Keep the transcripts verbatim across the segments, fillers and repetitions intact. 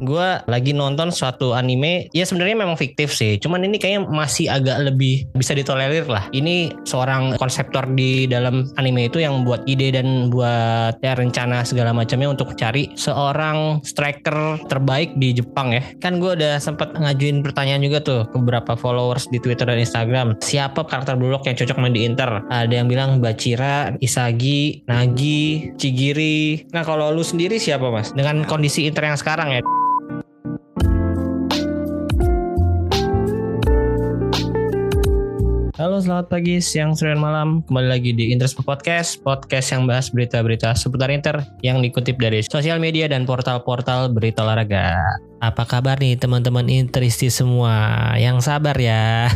gue lagi nonton suatu anime. Ya sebenarnya memang fiktif sih, cuman ini kayaknya masih agak lebih bisa ditolerir lah. Ini seorang konseptor di dalam anime itu yang buat ide dan buat ya rencana segala macamnya untuk cari seorang striker terbaik di Jepang ya. Kan gue udah sempat ngajuin pertanyaan juga tuh ke beberapa followers di Twitter dan Instagram. Siapa karakter Blue Lock yang cocok main di Inter? Ada yang bilang Bachira, Isagi, Nagi, Chigiri. Nah kalau lu sendiri siapa mas? Dengan kondisi Inter yang sekarang ya. Halo, selamat pagi, siang, sore, dan malam. Kembali lagi di Inter Podcast, podcast yang bahas berita-berita seputar Inter yang dikutip dari sosial media dan portal-portal berita olahraga. Apa kabar nih teman-teman Interisti semua? Yang sabar ya.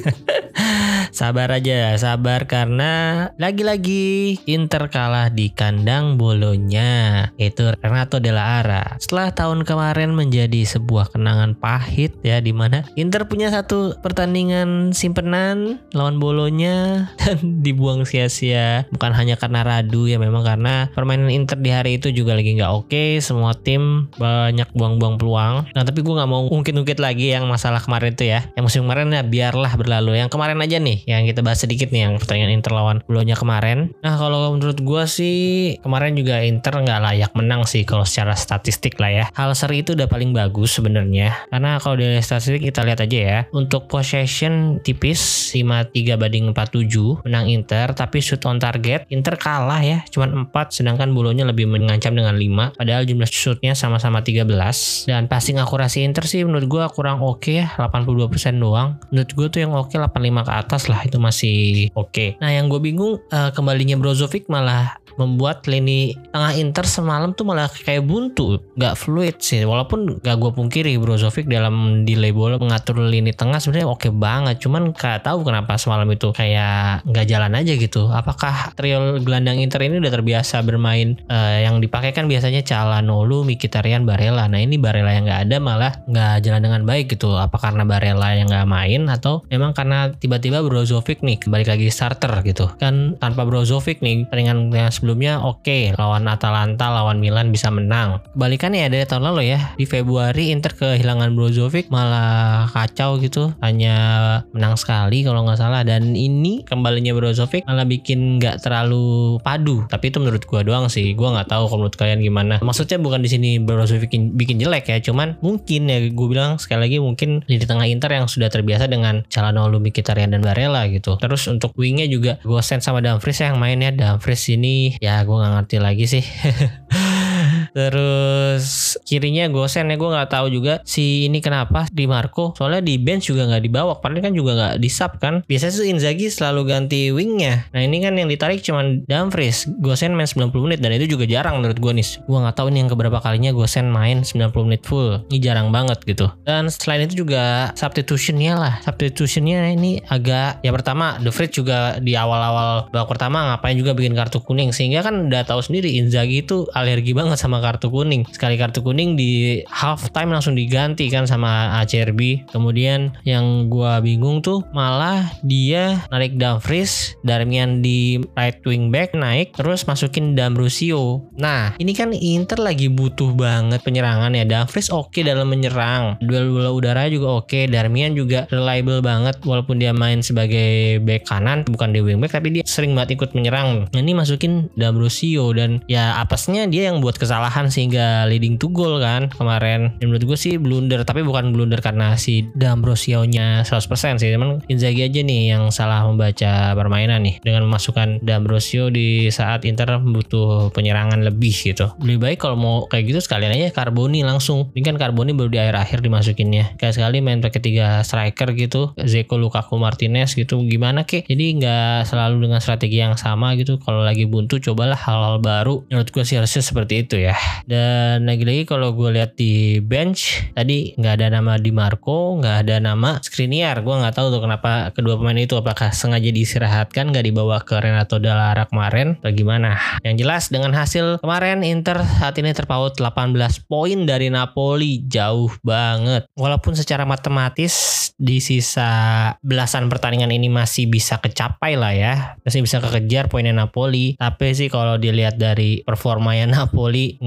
Sabar aja, sabar karena lagi-lagi Inter kalah di kandang Bolonya, yaitu Renato Della Ara. Setelah tahun kemarin menjadi sebuah kenangan pahit ya, di mana Inter punya satu pertandingan simpenan lawan Bolonya dan dibuang sia-sia. Bukan hanya karena radu ya, memang karena permainan Inter di hari itu juga lagi nggak oke. Semua tim banyak buang-buang peluang. Nah tapi gue nggak mau ungkit-ungkit lagi yang masalah kemarin itu ya. Yang musim kemarin ya biarlah berlalu. Yang kemarin aja nih, yang kita bahas sedikit nih, yang pertandingan Inter lawan Bolonya kemarin. Nah kalau menurut gue sih kemarin juga Inter nggak layak menang sih kalau secara statistik lah ya. Hal seri itu udah paling bagus sebenarnya. Karena kalau dari statistik kita lihat aja ya. Untuk possession tipis lima tiga banding empat tujuh menang Inter, tapi shoot on target Inter kalah ya, cuman empat, sedangkan Bolonya lebih mengancam dengan lima. Padahal jumlah shootnya sama-sama tiga belas. Dan passing akurasi Inter sih menurut gue kurang oke okay ya, delapan puluh dua persen doang. Menurut gue tuh yang oke okay delapan puluh lima ke atas lah, itu masih oke. Okay. Nah yang gue bingung uh, kembalinya Brozovic malah membuat lini tengah Inter semalam tuh malah kayak buntu, gak fluid sih. Walaupun gak gue pungkiri Brozovic dalam delay bola mengatur lini tengah sebenarnya oke okay banget, cuman gak tahu kenapa semalam itu kayak gak jalan aja gitu. Apakah trio gelandang Inter ini udah terbiasa bermain uh, yang dipakai kan biasanya Calhanoglu, Mkhitaryan, Barella. Nah ini Barella yang gak ada malah gak jalan dengan baik gitu. Apa karena Barella yang gak main atau memang karena tiba-tiba Brozovic nih balik lagi starter gitu kan. Tanpa Brozovic nih pertandingan yang sebelumnya oke okay, lawan Atalanta, lawan Milan bisa menang. Kebalikannya ya dari tahun lalu ya, di Februari Inter kehilangan Brozovic malah kacau gitu, hanya menang sekali kalau nggak salah. Dan ini kembalinya Brozovic malah bikin nggak terlalu padu. Tapi itu menurut gua doang sih, gua nggak tahu kalau menurut kalian gimana. Maksudnya bukan di sini Brozovic bikin, bikin jelek ya, cuman mungkin ya gue bilang sekali lagi mungkin di tengah Inter yang sudah terbiasa dengan Calhanoglu, Mkhitaryan, dan Barella gitu. Terus untuk wingnya juga Gosens sama Dumfries yang mainnya. Dumfries ini ya gue nggak ngerti lagi sih. Terus kirinya Gosen ya, gue nggak tahu juga si ini kenapa Di Marco, soalnya di bench juga nggak dibawa, padahal kan juga nggak di sub kan. Biasanya tuh Inzaghi selalu ganti wingnya. Nah ini kan yang ditarik cuman Dumfries. Gosen main sembilan puluh menit dan itu juga jarang menurut gue nih. Gue nggak tahu ini yang keberapa kalinya Gosen main sembilan puluh menit full. Ini jarang banget gitu. Dan selain itu juga substitutionnya lah. Substitutionnya ini agak ya, pertama De Vrij juga di awal-awal babak pertama ngapain juga bikin kartu kuning, sehingga kan udah tahu sendiri Inzaghi itu alergi banget sama kartu kuning. Sekali kartu kuning di half time langsung diganti kan sama A C R B. Kemudian yang gua bingung tuh malah dia narik Dumfries, Darmian di right wing back naik, terus masukin D'Ambrosio. Nah ini kan Inter lagi butuh banget penyerangan ya. Dumfries oke okay dalam menyerang, duel bola udara juga oke, okay. Darmian juga reliable banget walaupun dia main sebagai back kanan, bukan di wing back, tapi dia sering banget ikut menyerang. Nah, ini masukin D'Ambrosio dan ya apesnya dia yang buat kesalahan sehingga leading to goal kan kemarin. Dan menurut gue sih blunder, tapi bukan blunder karena si D'Ambrosio-nya seratus persen sih, teman Inzaghi aja nih yang salah membaca permainan nih dengan memasukkan D'Ambrosio di saat Inter butuh penyerangan lebih gitu. Lebih baik kalau mau kayak gitu sekalian aja Carboni langsung. Ini kan Carboni baru di akhir-akhir dimasukinnya. Kayak sekali main pakai tiga striker gitu, Dzeko, Lukaku, Martinez gitu, gimana kek. Jadi nggak selalu dengan strategi yang sama gitu. Kalau lagi buntu cobalah hal-hal baru. Menurut gue sih harusnya seperti itu ya. Dan lagi-lagi kalau gue lihat di bench tadi nggak ada nama Di Marco, nggak ada nama Skriniar. Gue nggak tahu tuh kenapa kedua pemain itu apakah sengaja diistirahatkan, nggak dibawa ke Renato Della Ara kemarin atau gimana. Yang jelas dengan hasil kemarin Inter saat ini terpaut delapan belas poin dari Napoli, jauh banget. Walaupun secara matematis di sisa belasan pertandingan ini masih bisa kecapai lah ya, masih bisa kekejar poinnya Napoli. Tapi sih kalau dilihat dari performanya Napoli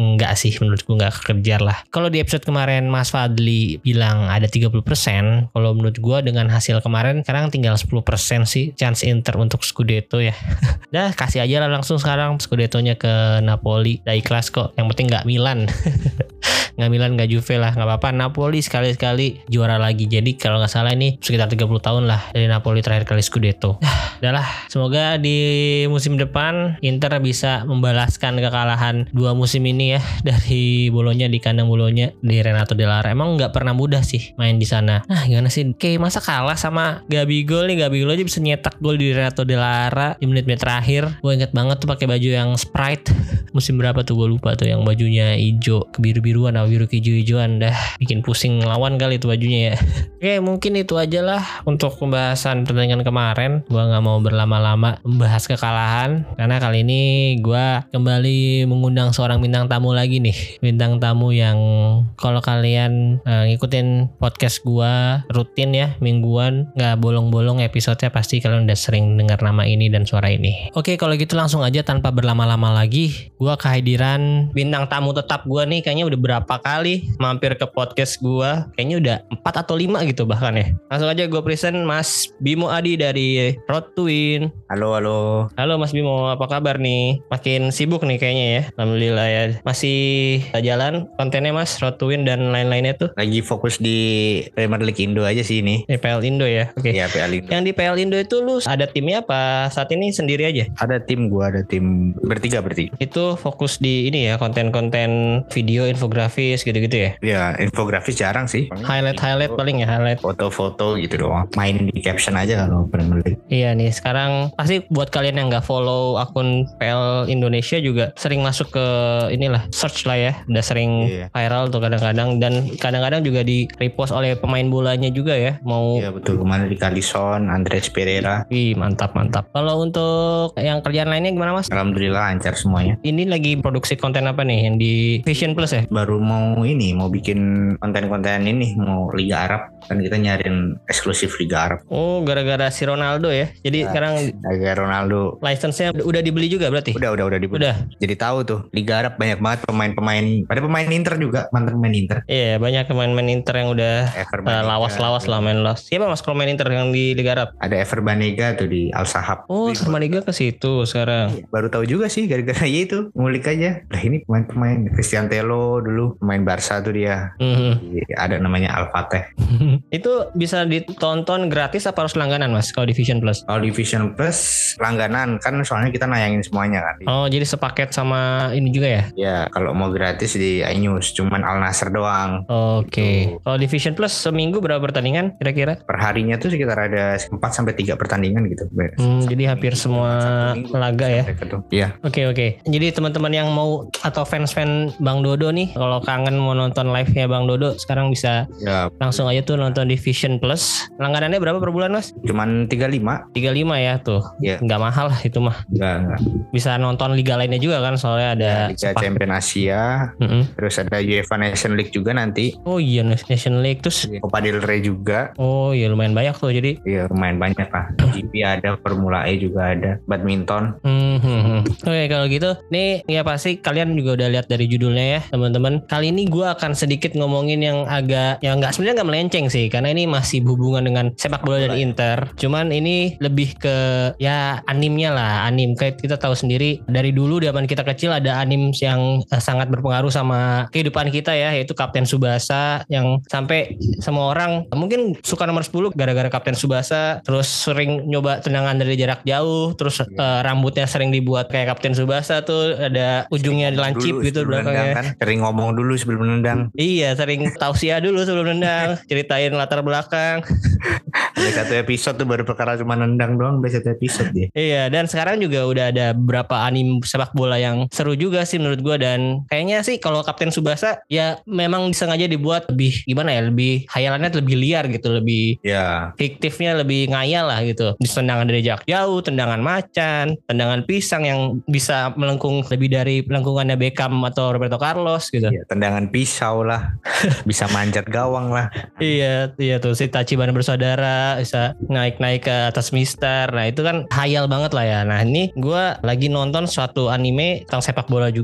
enggak sih, menurut gue enggak kekejar lah. Kalau di episode kemarin Mas Fadli bilang ada tiga puluh persen, kalau menurut gue dengan hasil kemarin sekarang tinggal sepuluh persen sih chance Inter untuk Scudetto ya. Dah kasih aja lah langsung sekarang Scudettonya ke Napoli. Dah ikhlas kok, yang penting enggak Milan. Nggak Milan, nggak Juve lah, nggak apa-apa. Napoli sekali-sekali juara lagi. Jadi kalau nggak salah ini sekitar tiga puluh tahun lah dari Napoli terakhir kali Scudetto. Udah lah, semoga di musim depan Inter bisa membalaskan kekalahan dua musim ini ya, dari Bologna di kandang Bologna di Renato Dell'Ara. Emang nggak pernah mudah sih main di sana. Nah gimana sih? Kayak masa kalah sama Gabigol nih? Gabigol aja bisa nyetak gol di Renato Dell'Ara di menit-menit terakhir. Gue inget banget tuh pakai baju yang Sprite. Musim berapa tuh gue lupa tuh, yang bajunya hijau kebiru-biruan, biru hijau-hijauan, dah bikin pusing lawan kali itu bajunya ya. Oke, mungkin itu aja lah untuk pembahasan pertandingan kemarin. Gua nggak mau berlama-lama membahas kekalahan karena kali ini gua kembali mengundang seorang bintang tamu lagi nih. Bintang tamu yang kalau kalian uh, ngikutin podcast gua rutin ya, mingguan, nggak bolong-bolong episodenya, pasti kalian udah sering dengar nama ini dan suara ini. Oke, kalau gitu langsung aja tanpa berlama-lama lagi, gua kehadiran bintang tamu tetap gua nih, kayaknya udah berapa kali mampir ke podcast gua, kayaknya udah empat atau lima gitu bahkan ya. Langsung aja gue present Mas Bimo Adi dari Road to Win. Halo halo. Halo Mas Bimo, apa kabar nih? Makin sibuk nih kayaknya ya. Alhamdulillah ya. Masih jalan kontennya Mas, Road to Win dan lain-lainnya tuh? Lagi fokus di Premier League Indo aja sih ini. Di P L Indo ya. Oke. Iya, P L Indo. Yang di P L Indo itu lu ada timnya apa saat ini sendiri aja? Ada tim gua, ada tim bertiga bertiga. Itu fokus di ini ya, konten-konten video, infografis gitu-gitu ya? Ya, infografis jarang sih. Highlight-highlight paling ya, highlight. Foto-foto gitu doang. Main di caption aja kalau Premier League. Iya nih, sekarang pasti buat kalian yang nggak follow akun P L Indonesia juga sering masuk ke inilah, search lah ya. Udah sering iya. viral tuh kadang-kadang, dan kadang-kadang juga di repost oleh pemain bolanya juga ya. Mau Iya betul, kemana di Kalison, Andres Pereira. Wih, mantap-mantap. Kalau untuk yang kerjaan lainnya gimana Mas? Alhamdulillah lancar semuanya. Ini lagi produksi konten apa nih yang di Vision Plus ya? Baru mau ini, mau bikin konten-konten ini, mau Liga Arab. Kan kita nyariin eksklusif Liga Arab. Oh, gara-gara si Ronaldo ya. Jadi nah, sekarang gara Ronaldo. license-nya udah dibeli juga berarti? Udah, udah, udah dibeli. Udah. Jadi tahu tuh, Liga Arab banyak banget pemain-pemain. Pada pemain Inter juga, mantan pemain Inter. Iya, banyak pemain-pemain Inter yang udah uh, lawas-lawas lah main los. Siapa Mas kalau main Inter yang di Liga Arab? Ada Ever Banega tuh di Al Sahab. Oh, Banega ke situ sekarang. Baru tahu juga sih, gara-gara ya itu ngulik aja. Lah ini pemain-pemain Christian Telo dulu pemain Barca tuh dia. Mm-hmm. Ada namanya Al Fateh. Itu bisa ditonton gratis apa harus langganan Mas kalau di Vision Plus? Kalau di Vision Plus langganan kan, soalnya kita nayangin semuanya kan. Oh, jadi sepaket sama ini juga ya? Ya, kalau mau gratis di iNews cuman Al Nassr doang. Oke. Okay. Gitu. Kalau di Vision Plus seminggu berapa pertandingan kira-kira? Per harinya tuh sekitar ada empat sampai tiga pertandingan gitu. Hmm, jadi hampir semua minggu, laga ya. Iya. Oke, okay, oke. Okay. Jadi teman-teman yang mau atau fans-fans Bang Dodo nih, kalau kangen mau nonton live-nya Bang Dodo, sekarang bisa ya, langsung aja tuh nonton di Vision Plus. Langganannya berapa per bulan Mas? Cuman tiga puluh lima. tiga puluh lima ya tuh. Ya. Nggak mahal lah itu mah. Nggak, nggak. Bisa nonton liga lainnya juga kan, soalnya ada ya, Liga sepak. Champions Asia. Mm-hmm. Terus ada UEFA Nation League juga nanti. Oh iya, Nation League. Terus Copa del Rey juga. Oh iya, lumayan banyak tuh jadi. Iya, lumayan banyak lah. G P ada, Formula E juga ada, badminton. Mm-hmm. Oke, kalau gitu nih ya pasti kalian juga udah lihat dari judulnya ya teman-teman. Kali ini gue akan sedikit ngomongin yang agak, yang nggak sebenarnya nggak melenceng sih, karena ini masih berhubungan dengan sepak bola dan Inter. Cuman ini lebih ke ya animnya lah, anim. Kayak kita tahu sendiri dari dulu zaman kita kecil ada anim yang uh, sangat berpengaruh sama kehidupan kita ya, yaitu Kapten Tsubasa, yang sampai semua orang mungkin suka nomor sepuluh gara-gara Kapten Tsubasa. Terus sering nyoba tendangan dari jarak jauh, terus uh, rambutnya sering dibuat kayak Kapten Tsubasa tuh, ada ujungnya dilancip gitu belakangnya. Kan? Sering ngomong dulu sebelum nendang. Iya, sering tausiah dulu sebelum nendang, ceritain latar belakang. Ada satu episode tuh baru perkara cuma nendang doang, udah satu episode dia. Iya, dan sekarang juga udah ada beberapa anime sepak bola yang seru juga sih menurut gue. Dan kayaknya sih kalau Kapten Tsubasa ya memang disengaja dibuat lebih gimana ya, lebih hayalannya lebih liar gitu, lebih ya, fiktifnya lebih ngayal lah gitu. Di tendangan dari jarak jauh, tendangan macan, tendangan pisang yang bisa melengkung lebih dari melengkungannya Beckham atau Roberto Carlos gitu. Ya, tendangan pisau lah, bisa manjat gawang lah. Iya, iya tuh si Tachibana bersaudara bisa naik-naik ke atas Mister. Nah itu kan hayal banget lah ya. Nah ini gue lagi nonton suatu anime tentang sepak bola juga yang ya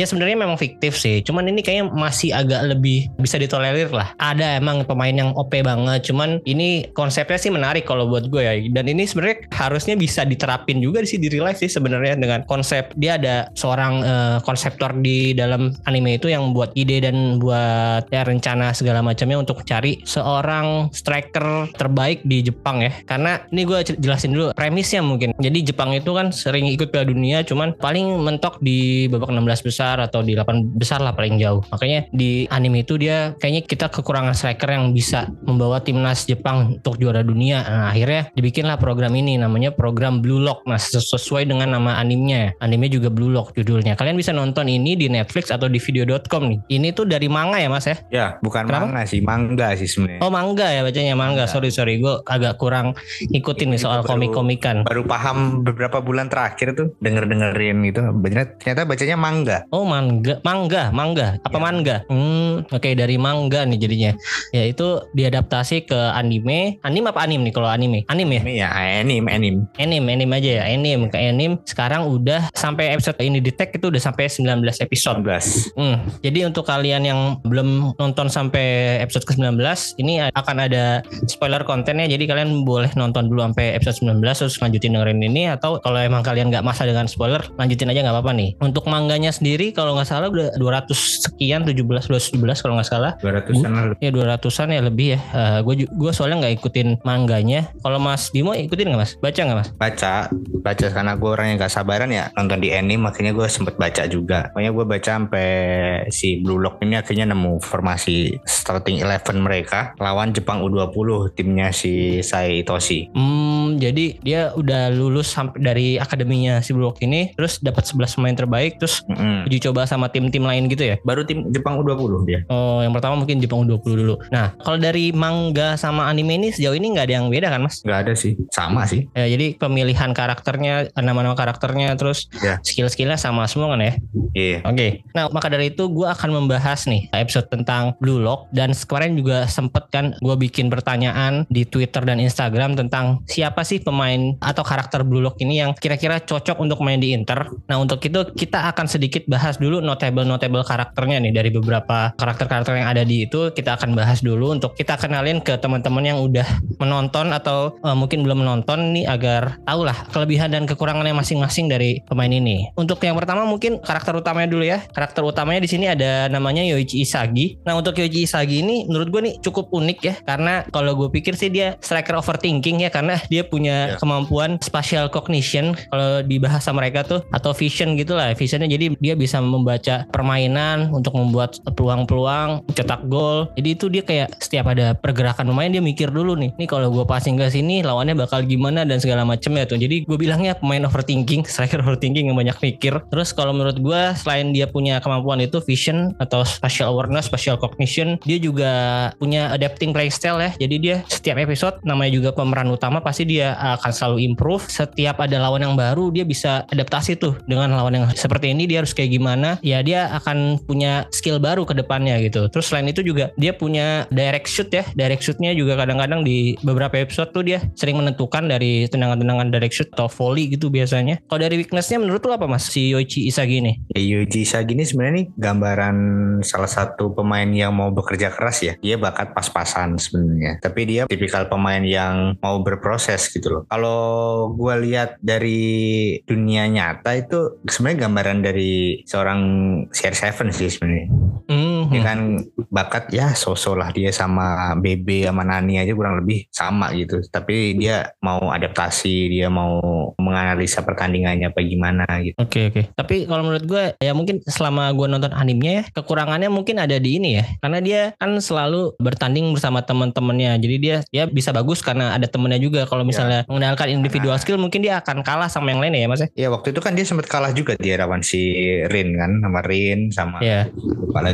Ya sebenarnya memang fiktif sih. Cuman ini kayaknya masih agak lebih bisa ditolerir lah. Ada emang pemain yang O P banget. Cuman ini konsepnya sih menarik kalau buat gue ya. Dan ini sebenarnya harusnya bisa diterapin juga sih di real life sih sebenarnya, dengan konsep dia ada seorang uh, konseptor di dalam anime itu yang buat ide dan buat ya rencana segala macamnya untuk cari seorang striker terbaik di Jepang ya. Karena ini gue jelasin dulu premisnya mungkin. Jadi Jepang itu kan sering ikut Piala Dunia, cuman paling mentok di babak enam belas besar atau di delapan besar lah paling jauh. Makanya di anime itu dia kayaknya kita kekurangan striker yang bisa membawa timnas Jepang untuk juara dunia. Nah, akhirnya dibikinlah program ini namanya program Blue Lock. Nah, sesuai dengan nama animenya. Anime juga Blue Lock judulnya. Kalian bisa nonton ini di Netflix atau di video dot com nih. Ini tuh dari manga ya Mas ya? Ya, bukan Kenapa? manga sih, manga sih sebenarnya. Oh, manga ya bacanya, manga. manga. Sorry sorry, gue agak kurang ikutin nih soal komik-komikan. Baru paham beberapa bulan terakhir tuh denger-dengerin gitu. Bener, ternyata bacanya manga. Oh, manga, manga, manga. Apa ya. manga? Hmm, oke okay, dari manga nih jadinya. Ya itu diadaptasi ke anime. Anime apa anim nih kalau anime? Anime ya? Anime ya, anime, anime. Anime, anime aja ya, anime ke anime. Sekarang udah sampai episode ini di tag itu udah sampai sembilan belas episode. sembilan belas. Hmm, jadi untuk kalian yang belum nonton sampai episode ke sembilan belas, ini akan ada spoiler kontennya. Jadi kalian boleh nonton dulu sampai episode sembilan belas terus lanjutin dengerin ini, atau kalau emang kalian nggak masa dengan spoiler, lanjutin aja nggak apa-apa nih. Untuk mangganya sendiri kalau nggak salah udah dua ratus sekian, tujuh belas, dua ratus tujuh belas kalau nggak salah. dua ratusan uh, ya dua ratusan ya lebih ya. Uh, gue gue soalnya nggak ikutin mangganya. Kalau Mas Bimo ikutin nggak Mas? Baca nggak Mas? Baca, baca karena gue orang yang nggak sabaran ya nonton di anime, makanya gue sempet baca juga. Pokoknya gue baca sampai si Blue Lock ini akhirnya nemu formasi starting eleven mereka lawan Jepang U dua puluh timnya si Sai Itoshi. Hmm, jadi dia udah lulus sampai dari akademinya si Blue Lock ini, terus dapat sebelas pemain terbaik, terus mm-hmm. uji coba sama tim-tim lain gitu ya. Baru tim Jepang U dua puluh dia. Oh, yang pertama mungkin Jepang U dua puluh dulu. Nah, kalau dari manga sama anime ini sejauh ini nggak ada yang beda kan Mas? Nggak ada sih, sama sih. Ya, jadi pemilihan karakternya, nama-nama karakternya, terus yeah. skill-skillnya sama semua kan ya? Iya. Yeah. Oke. Okay. Nah, maka dari itu gue akan membahas nih episode tentang Blue Lock, dan kemarin juga sempet kan gue bikin pertanyaan di Twitter dan Instagram tentang siapa sih pemain atau karakter Blue Lock ini yang kira-kira cocok untuk main di Inter. Nah, untuk itu kita akan sedikit bahas dulu notable-notable karakternya nih dari beberapa karakter-karakter yang ada di itu. Kita akan bahas dulu untuk kita kenalin ke teman-teman yang udah menonton atau uh, mungkin belum menonton nih, agar tahu lah kelebihan dan kekurangannya masing-masing dari pemain ini. Untuk yang pertama mungkin karakter utamanya dulu ya. Karakter utamanya di sini ada namanya Yoichi Isagi. Nah, untuk Yoichi Isagi ini menurut gue nih cukup unik ya, karena kalau gue pikir sih dia striker overthinking ya, karena dia punya yeah. kemampuan spatial cognition kalau di bahasa mereka tuh, atau vision gitulah visionnya. Jadi dia bisa membaca permainan untuk membuat peluang-peluang, cetak gol. Jadi itu dia kayak setiap ada pergerakan pemain dia mikir dulu nih, nih kalau gue passing ke sini lawannya bakal gimana dan segala macamnya tuh. Jadi gue bilangnya pemain overthinking, striker overthinking yang banyak mikir. Terus kalau menurut gue selain dia punya kemampuan itu vision atau spatial awareness, spatial cognition, dia juga punya adapting playing style ya. Jadi dia setiap episode, namanya juga pemeran utama, pasti dia akan selalu improve. Setiap ada lawan yang baru dia bisa adaptasi tuh dengan lawan yang seperti ini, dia harus kayak gimana. Ya dia akan punya skill baru ke depannya gitu. Terus selain itu juga dia punya direct shoot ya. Direct shootnya juga kadang-kadang di beberapa episode tuh dia sering menentukan dari tendangan-tendangan direct shoot atau volley gitu biasanya. Kalau dari weaknessnya menurut lu apa Mas si Yoichi Isagi ini? Ya, Yoichi Isagi ini sebenarnya nih gambaran salah satu pemain yang mau bekerja keras ya. Dia bakat pas-pasan sebenarnya. Tapi dia tipikal pemain yang mau berproses gitu loh. Kalau gue lihat dari dunia nyata itu sebenarnya gambaran dari seorang C R tujuh sih sebenarnya. Mm-hmm. Dia kan bakat ya so-so lah, dia sama B B sama Nani aja kurang lebih sama gitu. Tapi dia mau adaptasi, dia mau menganalisa pertandingannya apa gimana gitu. Oke okay, oke. Okay. Tapi kalau menurut gue ya mungkin selama gue nonton animenya ya, kekurangannya mungkin ada di ini ya. Karena dia kan selalu bertanding bersama teman-temannya. Jadi dia ya bisa bagus karena ada temennya juga. Kalau misalnya ya, mengandalkan individual skill mungkin dia akan kalah sama yang lain ya Mas ya. Ya waktu itu kan dia sempat kalah juga dia lawan si Rin kan, sama Rin sama ya. Lupa lagi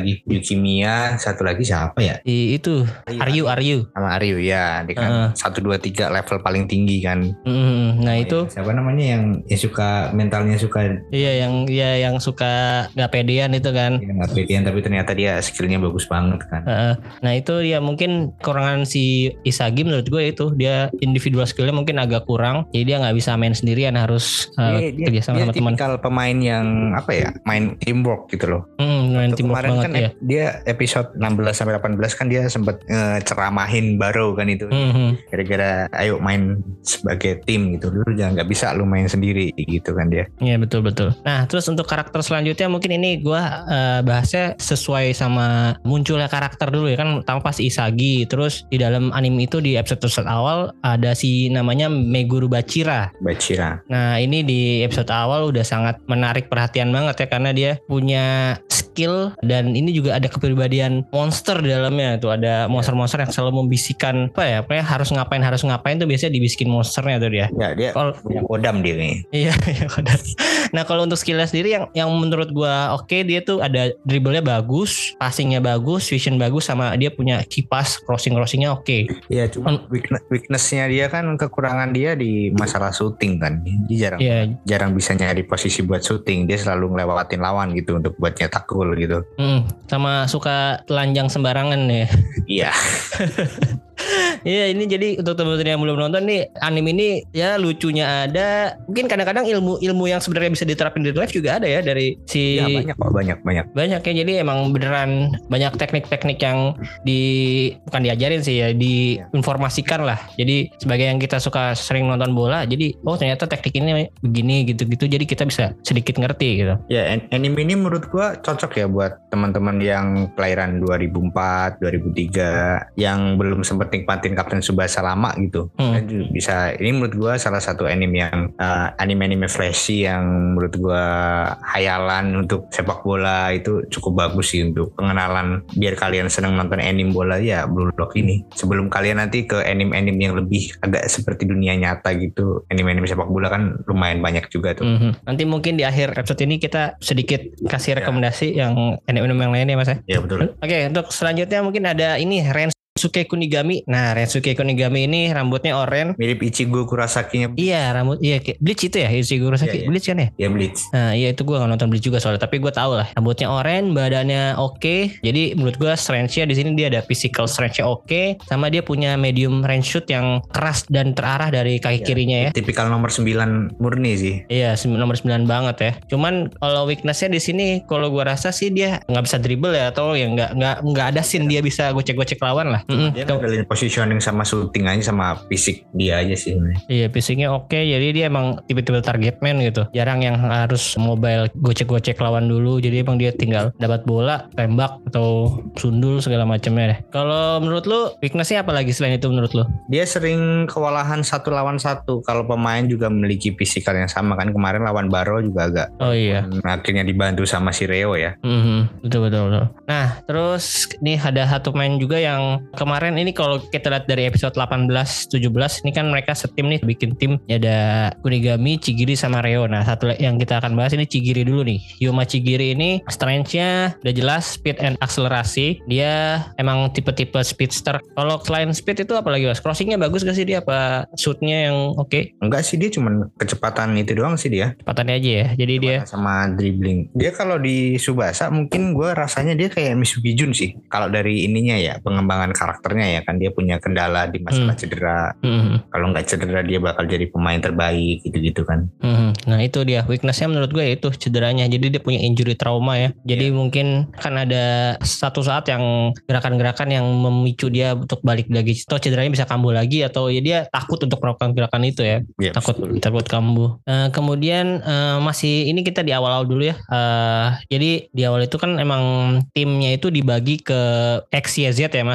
Kimia, satu lagi siapa ya? Di itu Aryu Aryu sama Aryu ya, dia kan satu dua tiga level paling tinggi kan. Mm, nah oh, itu ya, siapa namanya yang ya suka mentalnya suka. Iya yang ya yang suka nggak pedean itu kan. Iya nggak pedean tapi ternyata dia skillnya bagus banget kan. Uh, nah itu dia mungkin kekurangan si Isagi menurut gue itu dia individual skillnya mungkin agak kurang. Jadi dia nggak bisa main sendirian harus uh, dia, kerja sama sama teman. Dia tipikal pemain yang apa ya main teamwork gitu loh. Mm, main teamwork banget kan ya. Dia episode enam belas sampai delapan belas kan dia sempat uh, ceramahin Barrow kan itu. Mm-hmm. Gara-gara ayo main sebagai tim gitu. Lu jangan nggak bisa lu main sendiri gitu kan dia. Iya betul betul. Nah terus untuk karakter selanjutnya mungkin ini gue uh, bahasnya sesuai sama munculnya karakter dulu ya kan. Pertama pas Isagi, terus di dalam anime itu di episode episode awal ada si namanya Meguru Bachira. Bachira. Nah ini di episode awal udah sangat menarik perhatian banget ya karena dia punya skill dan ini juga ada kepribadian monster di dalamnya tuh ada monster-monster yang selalu membisikkan apa ya, kayak harus ngapain harus ngapain tuh biasanya dibisikin monsternya tuh dia. Ya dia kalo, punya kodam dia nih. Iya iya kodam. Nah kalau untuk skillnya sendiri yang yang menurut gua oke okay, dia tuh ada dribblenya bagus, passingnya bagus, vision bagus, sama dia punya kipas crossing crossingnya oke. Okay. Iya cuma weakness, weaknessnya dia kan kekurangan dia di masalah shooting kan. Dia jarang yeah. jarang bisa nyari posisi buat shooting. Dia selalu ngelewatin lawan gitu untuk buat nyetak gol gitu. Hmm, sama suka telanjang sembarangan ya. Iya. Iya ini jadi untuk teman-teman yang belum nonton nih anime ini ya lucunya ada, mungkin kadang-kadang ilmu-ilmu yang sebenarnya bisa diterapin di live juga ada ya dari si ya, banyak kok banyak banyak banyak ya, jadi emang beneran banyak teknik-teknik yang di bukan diajarin sih ya diinformasikan lah. Jadi sebagai yang kita suka sering nonton bola jadi oh ternyata teknik ini begini gitu-gitu jadi kita bisa sedikit ngerti gitu. Ya anime ini menurut gua cocok ya buat teman-teman yang kelahiran dua ribu empat, dua ribu tiga yang belum sempat nikmatin Kapten Tsubasa lama gitu. Hmm. Bisa ini menurut gua salah satu anime yang uh, anime-anime flashy yang menurut gua hayalan untuk sepak bola itu cukup bagus sih untuk pengenalan biar kalian senang nonton anime bola ya Blue Lock ini. Sebelum kalian nanti ke anime-anime yang lebih agak seperti dunia nyata gitu. Anime-anime sepak bola kan lumayan banyak juga tuh. Hmm. Nanti mungkin di akhir episode ini kita sedikit kasih rekomendasi ya. Yang anime-anime yang lain ya Mas ya. Iya betul. Oke, untuk selanjutnya mungkin ada ini Ren Rensuke Kunigami. Nah, Rensuke Kunigami ini rambutnya oranye. Mirip Ichigo Kurosaki-nya. Iya, rambut iya Bleach itu ya, Ichigo Kurosaki. Iya, iya. Bleach kan ya? Iya, Bleach. Nah, iya itu gue gak nonton Bleach juga soalnya, tapi gue tahu lah. Rambutnya oranye, badannya oke. Okay. Jadi menurut gue strength-nya di sini dia ada physical strength-nya oke, okay, sama dia punya medium range shoot yang keras dan terarah dari kaki iya, kirinya ya. Tipikal nomor sembilan murni sih. Iya, nomor sembilan banget ya. Cuman kalau weakness-nya di sini kalau gue rasa sih dia nggak bisa dribble ya, atau yang nggak nggak nggak ada scene dia bisa gocek-gocek lawan lah. Mm-hmm. Dia ngandelin positioning sama shooting aja sama fisik dia aja sih. Iya fisiknya oke, jadi dia emang tipe-tipe target man gitu. Jarang yang harus mobile gocek-gocek lawan dulu. Jadi emang dia tinggal dapat bola, tembak atau sundul segala macamnya deh. Kalau menurut lu weaknessnya apa lagi selain itu menurut lu? Dia sering kewalahan satu lawan satu. Kalau pemain juga memiliki fisikal yang sama kan. Kemarin lawan Barrow juga agak. Oh iya. Akhirnya dibantu sama si Reo ya. Mm-hmm. Betul betul betul. Nah terus nih ada satu main juga yang kemarin ini kalau kita lihat dari episode delapan belas tujuh belas ini kan mereka setim nih bikin tim ya, ada Kunigami, Chigiri sama Reo. Nah satu yang kita akan bahas ini Chigiri dulu nih. Yuma Chigiri ini strength-nya udah jelas speed and akselerasi. Dia emang tipe-tipe speedster. Kalau selain speed itu apa lagi Mas? Crossing-nya bagus gak sih dia, apa shoot-nya yang oke? Okay? Enggak sih, dia cuman kecepatan itu doang sih dia. Kecepatannya aja ya. Jadi kecepatan dia sama dribbling. Dia kalau di Tsubasa mungkin gue rasanya dia kayak Mitsuki Jun sih. Kalau dari ininya ya pengembangan karakternya ya kan, dia punya kendala di masalah hmm. cedera. Hmm. Kalau nggak cedera dia bakal jadi pemain terbaik gitu-gitu kan. Hmm. Nah itu dia weakness-nya menurut gue itu cederanya. Jadi dia punya injury trauma ya. Jadi yeah. mungkin kan ada satu saat yang gerakan-gerakan yang memicu dia untuk balik lagi. Atau cederanya bisa kambuh lagi, atau ya dia takut untuk melakukan gerakan itu ya. Yeah, takut betul. takut kambuh. Uh, kemudian uh, masih ini kita di awal-awal dulu ya. Uh, jadi di awal itu kan emang timnya itu dibagi ke X Y Z ya Mas kalau nggak salah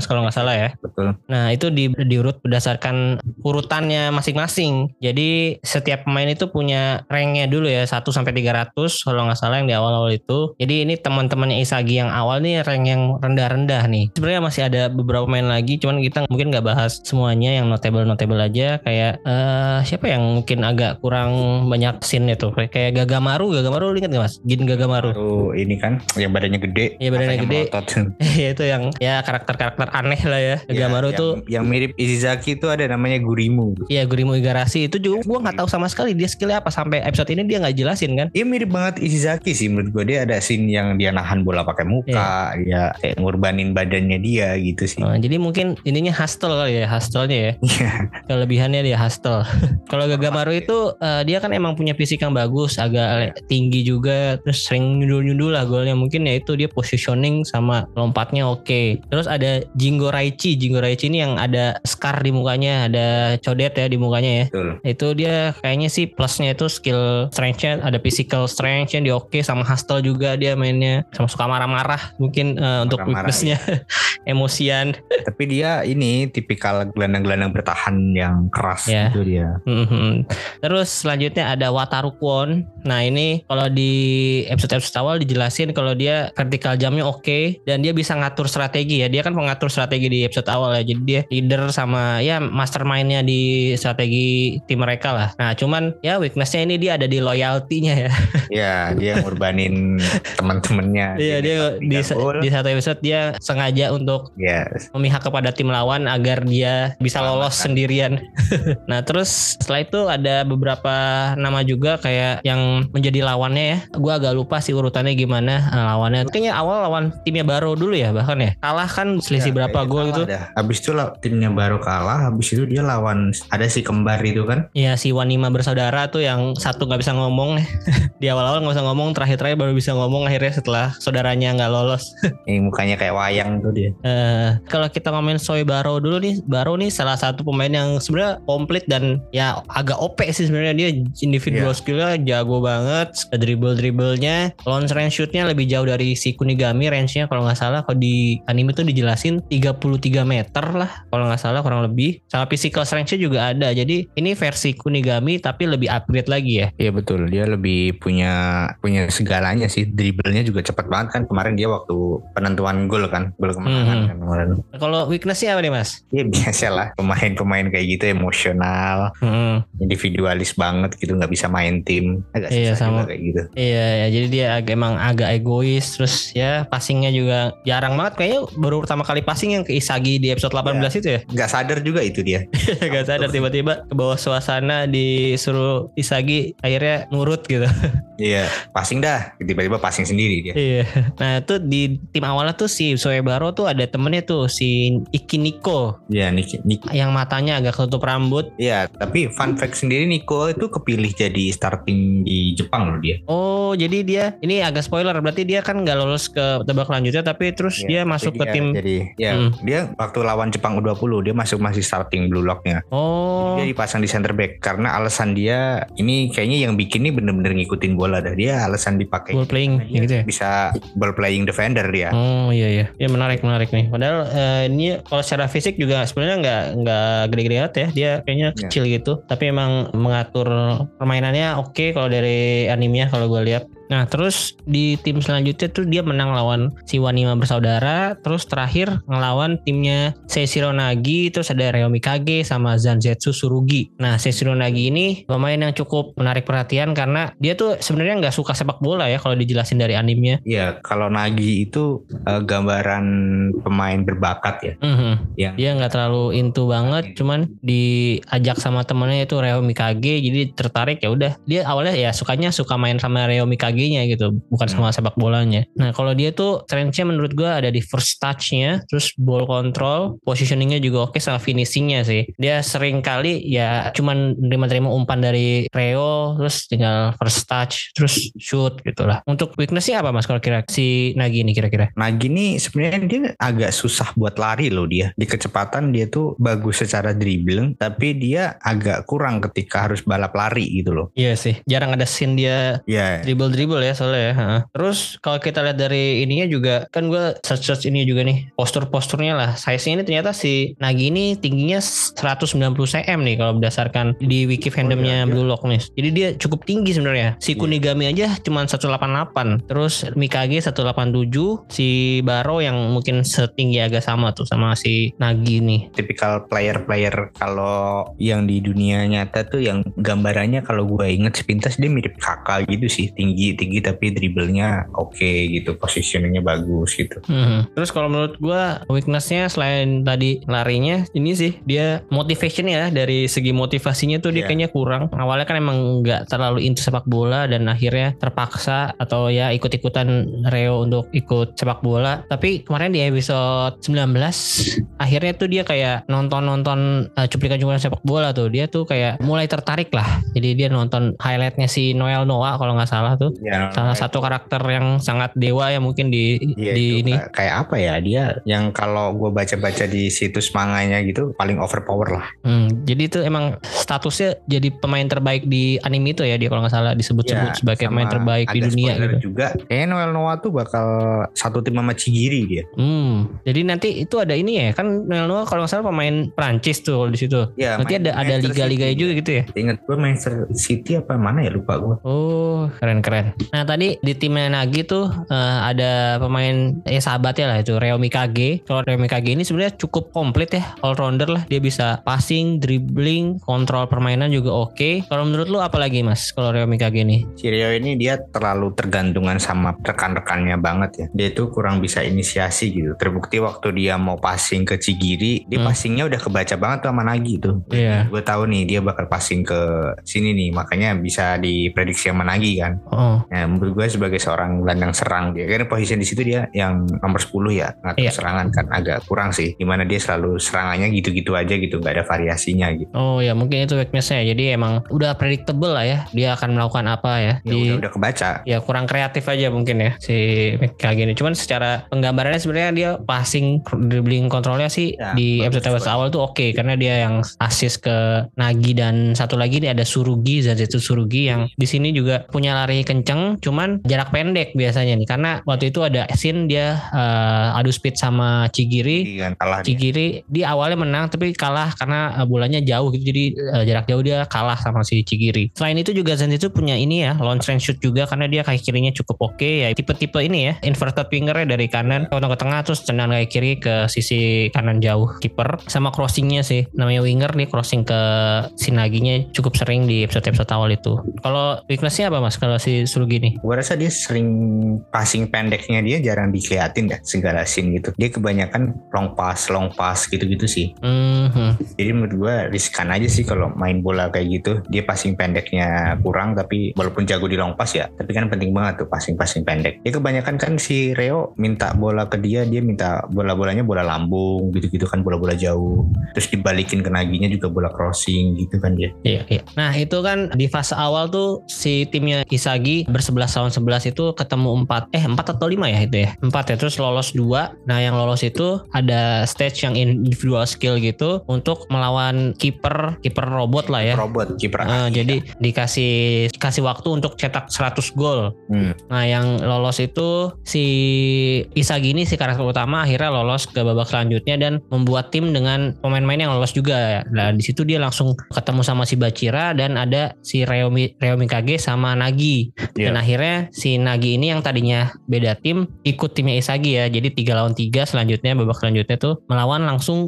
salah ya. Betul. Nah itu di diurut berdasarkan urutannya masing-masing. Jadi setiap pemain itu punya ranknya dulu ya, satu sampai tiga ratus kalau nggak salah yang di awal-awal itu. Jadi ini teman-temannya Isagi yang awal nih rank yang rendah-rendah nih. Sebenarnya masih ada beberapa pemain lagi, cuman kita mungkin nggak bahas semuanya, yang notable-notable aja. Kayak uh, siapa yang mungkin agak kurang banyak scene itu, kayak Gagamaru. Gagamaru ingat nggak mas? Jin Gagamaru. Baru ini kan yang badannya gede. Iya badannya gede. Iya itu yang ya karakter-karakter aneh lah ya. Gagamaru ya, tuh yang, yang mirip Ishizaki itu ada namanya Gurimu. Iya Gurimu Igarashi itu juga gue nggak tahu sama sekali dia skillnya apa, sampai episode ini dia nggak jelasin kan. Iya mirip banget Ishizaki sih menurut gue. Dia ada scene yang dia nahan bola pakai muka, yeah. dia kayak ngorbanin badannya dia gitu sih. Oh, jadi mungkin ininya hustle kali ya, hustle-nya ya. Kelebihannya dia hustle. Kalau Gagamaru itu uh, dia kan emang punya fisik yang bagus, agak tinggi juga, terus sering nyundul-nyundul lah golnya. Mungkin ya itu dia positioning sama lompatnya oke. Okay. Terus ada Jingo Raichi. Jingo Raichi ini yang ada scar di mukanya, ada codet ya di mukanya ya. Betul. Itu dia kayaknya sih plusnya itu skill strength-nya, ada physical strength-nya dia oke, okay. Sama hustle juga dia mainnya, sama suka marah-marah mungkin uh, untuk weakness-nya ya. Emosian. Tapi dia ini tipikal gelandang-gelandang bertahan yang keras yeah. gitu dia. Mm-hmm. Terus selanjutnya ada Wataru Kwon. Nah ini kalau di episode-episode awal dijelasin kalau dia vertical jump-nya oke okay, dan dia bisa ngatur strategi ya. Dia kan pengatur strategi di episode awal ya. Jadi dia leader sama ya mastermind-nya di strategi tim mereka lah. Nah cuman ya weakness-nya ini dia ada di loyalty-nya ya. Iya dia ngorbanin teman-temannya. Iya dia di, di satu episode dia sengaja untuk yes. memihak kepada tim lawan agar dia bisa lolos kan sendirian. Nah terus setelah itu ada beberapa nama juga kayak yang menjadi lawannya ya. Gue agak lupa sih urutannya gimana uh, lawannya. Kayaknya awal lawan timnya Baro dulu ya bahkan ya. Kalah kan selisih ya, berapa gol gitu. Dah. Habis itu lah, timnya Baro kalah. Habis itu dia lawan ada si kembar itu kan. Iya si Wanima bersaudara tuh yang satu gak bisa ngomong. Di awal-awal gak bisa ngomong, terakhir-terakhir baru bisa ngomong akhirnya setelah saudaranya gak lolos. Ini mukanya kayak wayang tuh dia. Uh, kalau kita ngomongin Soy Baro dulu nih, Baro nih salah satu pemain yang sebenarnya komplit dan ya agak O P sih sebenarnya. Dia individual yeah. skillnya jago banget, dribble-dribblenya, launch range shootnya lebih jauh dari si Kunigami. Range-nya kalau nggak salah kalau di anime tuh dijelasin tiga puluh tiga meter lah kalau nggak salah kurang lebih. Sama physical strength-nya juga ada. Jadi ini versi Kunigami tapi lebih upgrade lagi ya. Iya betul, dia lebih punya punya segalanya sih. Dribblenya juga cepat banget kan. Kemarin dia waktu penentuan gol kan, gol kemenangan hmm. kan kemarin. Kalau weakness-nya apa nih mas? Ya biasa lah, pemain-pemain kayak gitu emosional, hmm. individualis banget gitu, nggak bisa main tim, agak iya, susah sama, juga kayak gitu. Iya, ya, jadi dia agak, emang agak egois, terus ya passingnya juga jarang banget, kayaknya baru pertama kali passing yang ke Isagi di episode delapan belas ya, itu ya. Nggak sadar juga itu dia. Nggak sadar tiba-tiba ke bawah suasana disuruh Isagi akhirnya nurut gitu. Iya, passing dah, tiba-tiba passing sendiri dia. Iya. Nah itu di tim awalnya tuh si Soebaro tuh ada temennya tuh si Iki Niko. Iya Niki, Niki. Yang matanya agak ketutup rambut. Iya, tapi fun fact sendiri Niko itu kepilih jadi starting di Jepang loh dia. Oh jadi dia ini agak spoiler, berarti dia kan nggak lolos ke babak lanjutnya tapi terus ya, dia masuk ke dia, tim. Jadi ya hmm. dia waktu lawan Jepang U dua puluh dia masuk masih starting blue locknya. Oh. Jadi dia dipasang di center back karena alasan dia ini kayaknya yang bikin ini bener-bener ngikutin bola dah. Dia alasan dipakai ball playing gitu ya. Bisa ball playing defender dia. Oh iya iya. Ya menarik menarik nih. Padahal uh, ini kalau secara fisik juga sebenarnya nggak nggak gede-gede banget ya. Dia kayaknya ya. kecil gitu. Tapi emang mengatur permainannya oke okay kalau dari animenya kalau gue lihat. Nah terus di tim selanjutnya tuh dia menang lawan si Wanima bersaudara. Terus terakhir ngelawan timnya Seishiro Nagi. Terus ada Reo Mikage sama Zanzetsu Tsurugi. Nah Seishiro Nagi ini pemain yang cukup menarik perhatian karena dia tuh sebenarnya nggak suka sepak bola ya kalau dijelasin dari animenya. Iya kalau Nagi itu uh, gambaran pemain berbakat ya. Mm-hmm. Yang dia nggak terlalu into banget. Ini. Cuman diajak sama temennya itu Reo Mikage. Jadi tertarik ya udah. Dia awalnya ya sukanya suka main sama Reo Mikage gitu, bukan sama hmm. sepak bolanya. Nah kalau dia tuh strength-nya menurut gue ada di first touch-nya, terus ball control, positioning-nya juga oke, sama finishing-nya sih. Dia sering kali ya cuman nerima-terima umpan dari Reo, terus tinggal first touch, terus shoot gitulah. Untuk weakness-nya apa mas kalau kira si Nagi ini kira-kira? Nagi ini sebenarnya dia agak susah buat lari loh dia. Di kecepatan dia tuh bagus secara dribbling, tapi dia agak kurang ketika harus balap lari gitu loh. Iya sih, jarang ada scene dia yeah. dribble-dribble dribble ya soalnya ya. Ha. Terus kalau kita lihat dari ininya juga kan gue search-search ini juga nih postur-posturnya lah. Size-nya ini ternyata si Nagi ini tingginya seratus sembilan puluh sentimeter nih kalau berdasarkan di wiki fandomnya oh, iya, Blue Lock nih. Jadi dia cukup tinggi sebenarnya. Si Kunigami yeah. aja cuma seratus delapan puluh delapan. Terus Mikage seratus delapan puluh tujuh. Si Baro yang mungkin setinggi agak sama tuh sama si Nagi nih. Tipikal player-player kalau yang di dunia nyata tuh yang gambarannya kalau gue inget sepintas dia mirip Kakak gitu sih, tinggi-tinggi tapi dribblenya oke okay, gitu, positioningnya bagus gitu. Hmm. Terus kalau menurut gue weaknessnya selain tadi larinya ini sih dia motivation ya, dari segi motivasinya tuh dia yeah. kayaknya kurang. Awalnya kan emang nggak terlalu into sepak bola dan akhirnya terpaksa atau ya ikut-ikutan Reo untuk ikut sepak bola. Tapi kemarin di episode sembilan belas akhirnya tuh dia kayak nonton-nonton uh, cuplikan-cuplikan sepak bola tuh, dia tuh kayak mulai tertarik lah. Jadi dia nonton highlightnya si Noel Noah kalau nggak salah tuh ya, salah satu karakter yang sangat dewa ya mungkin di ya, di ini kayak apa ya, dia yang kalau gue baca-baca di situs manganya gitu paling overpower lah. hmm, jadi itu emang statusnya jadi pemain terbaik di anime itu ya, dia kalau nggak salah disebut-sebut ya, sebagai pemain terbaik di dunia gitu juga. Kayaknya Noel Noah tuh bakal satu tim sama Chigiri dia. hmm, jadi nanti itu ada ini ya kan, Noel Noah kalau nggak salah pemain Prancis tuh di situ ya, nanti ada ada liga-liga juga gitu ya. Ingat gue Manchester City apa mana ya, lupa gue. Oh keren-keren. Nah tadi di timnya Nagi tuh uh, ada pemain ya sahabatnya lah itu Reo Mikage. Kalau Reo Mikage ini sebenarnya cukup komplit ya, all rounder lah. Dia bisa passing, dribbling, kontrol permainan juga oke. Okay. Kalau menurut lu apa lagi mas kalau Reo Mikage ini? Si Reo ini dia terlalu tergantungan sama rekan-rekannya banget ya. Dia tuh kurang bisa inisiasi gitu. Terbukti waktu dia mau passing ke Chigiri, dia hmm. passingnya udah kebaca banget tuh sama Nagi tuh. Iya. Yeah. Gue tahu nih dia bakal passing ke sini nih, makanya bisa diprediksi sama Nagi kan. Oh. Nah, menurut gue sebagai seorang gelandang serang dia, karena posisi di situ dia yang nomor sepuluh ya, ngatur yeah. serangan kan agak kurang sih. Dimana dia selalu serangannya gitu-gitu aja gitu, nggak ada variasinya gitu. Oh ya mungkin itu weaknessnya. Jadi emang udah predictable lah ya, dia akan melakukan apa ya. Ya di, udah, udah kebaca. Ya kurang kreatif aja mungkin ya si Mikage ini. Cuman secara penggambarannya sebenarnya dia passing, dribbling, kontrolnya sih ya, di episode awal tuh oke okay, karena dia yang assist ke Nagi dan satu lagi nih ada Surugi, Zazetsu Surugi yang di sini juga punya lari kenceng, cuman jarak pendek biasanya nih. Karena waktu itu ada scene dia uh, adu speed sama Chigiri. Chigiri dia. di awalnya menang tapi kalah karena uh, bolanya jauh gitu. Jadi uh, jarak jauh dia kalah sama si Chigiri. Selain itu juga Zazetsu punya ini ya, long range shoot juga karena dia kaki kirinya cukup oke okay, ya. Tipe-tipe ini ya, inverted wingernya dari kanan potong ke tengah terus tendang kaki kiri ke sisi kanan jauh kiper. Sama crossingnya sih, namanya winger nih, crossing ke Sinaginya cukup sering di episode-episode awal itu. Kalau weaknessnya apa mas kalau si Surugi nih? Gue rasa dia sering passing pendeknya dia jarang dikeliatin dah segala scene gitu. Dia kebanyakan long pass, long pass gitu-gitu sih. Mm-hmm. Jadi menurut gue riskan aja sih kalau main bola kayak gitu. Dia passing pendeknya kurang, tapi walaupun jago di long pass ya, tapi kan penting banget tuh passing-passing pendek. Dia kebanyakan kan si Reo minta bola ke dia, dia minta bola-bolanya bola lambung gitu-gitu kan, bola-bola jauh. Terus dibalikin ke Naginya juga bola crossing gitu kan dia. Iya, iya. Nah itu kan di fase awal tuh si timnya Isagi bersebelas lawan sebelas itu ketemu empat eh empat atau lima ya itu ya empat ya, terus lolos dua. Nah yang lolos itu ada stage yang individual skill gitu untuk melawan kiper kiper robot lah ya, robot kiper uh, jadi ya. dikasih dikasih waktu untuk cetak seratus gol. hmm. Nah yang lolos itu si Isagi ini si karakter utama akhirnya lolos ke babak selanjutnya dan membuat tim dengan pemain-pemain yang lolos juga. Nah di situ dia langsung ketemu sama si Bachira dan ada si Reo, Reo Mikage sama Nagi. Yeah. Dan akhirnya si Nagi ini yang tadinya beda tim ikut timnya Isagi ya. Jadi tiga lawan tiga selanjutnya babak selanjutnya tuh melawan langsung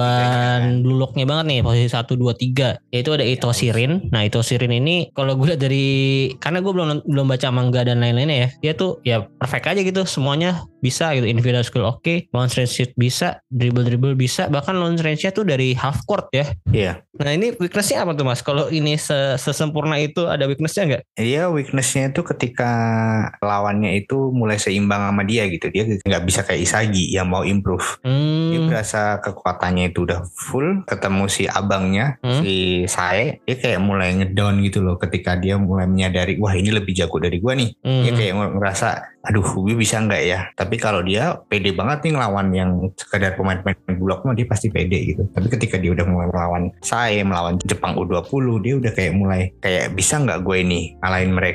jagoan duluknya banget nih, posisi satu dua tiga. Yaitu ada Ito Shirin. Nah Ito Shirin ini kalau gue lihat dari, karena gue belum belum baca manga dan lain-lainnya ya, dia tuh ya perfect aja gitu, semuanya bisa gitu. Individual skill oke, okay, long range shoot bisa, dribble dribble bisa, bahkan long range-nya tuh dari half court ya. Iya. Yeah. Nah ini weaknessnya apa tuh mas? Kalau ini sesempurna itu ada weaknessnya nggak? Iya, weaknessnya itu ketika lawannya itu mulai seimbang sama dia gitu. Dia nggak bisa kayak Isagi yang mau improve. Hmm. Dia berasa kekuatannya itu udah full. Ketemu si abangnya, hmm? si Sae, dia kayak mulai ngedown gitu loh. Ketika dia mulai menyadari, wah ini lebih jago dari gua nih. Hmm. Dia kayak ngerasa, aduh gue bisa nggak ya? Tapi kalau dia pede banget nih ngelawan yang sekedar pemain-pemain bulak mah dia pasti pede gitu. Tapi ketika dia udah mulai melawan Sae, melawan Jepang U dua puluh, dia udah kayak mulai kayak bisa nggak gue ini ngalahin mereka itu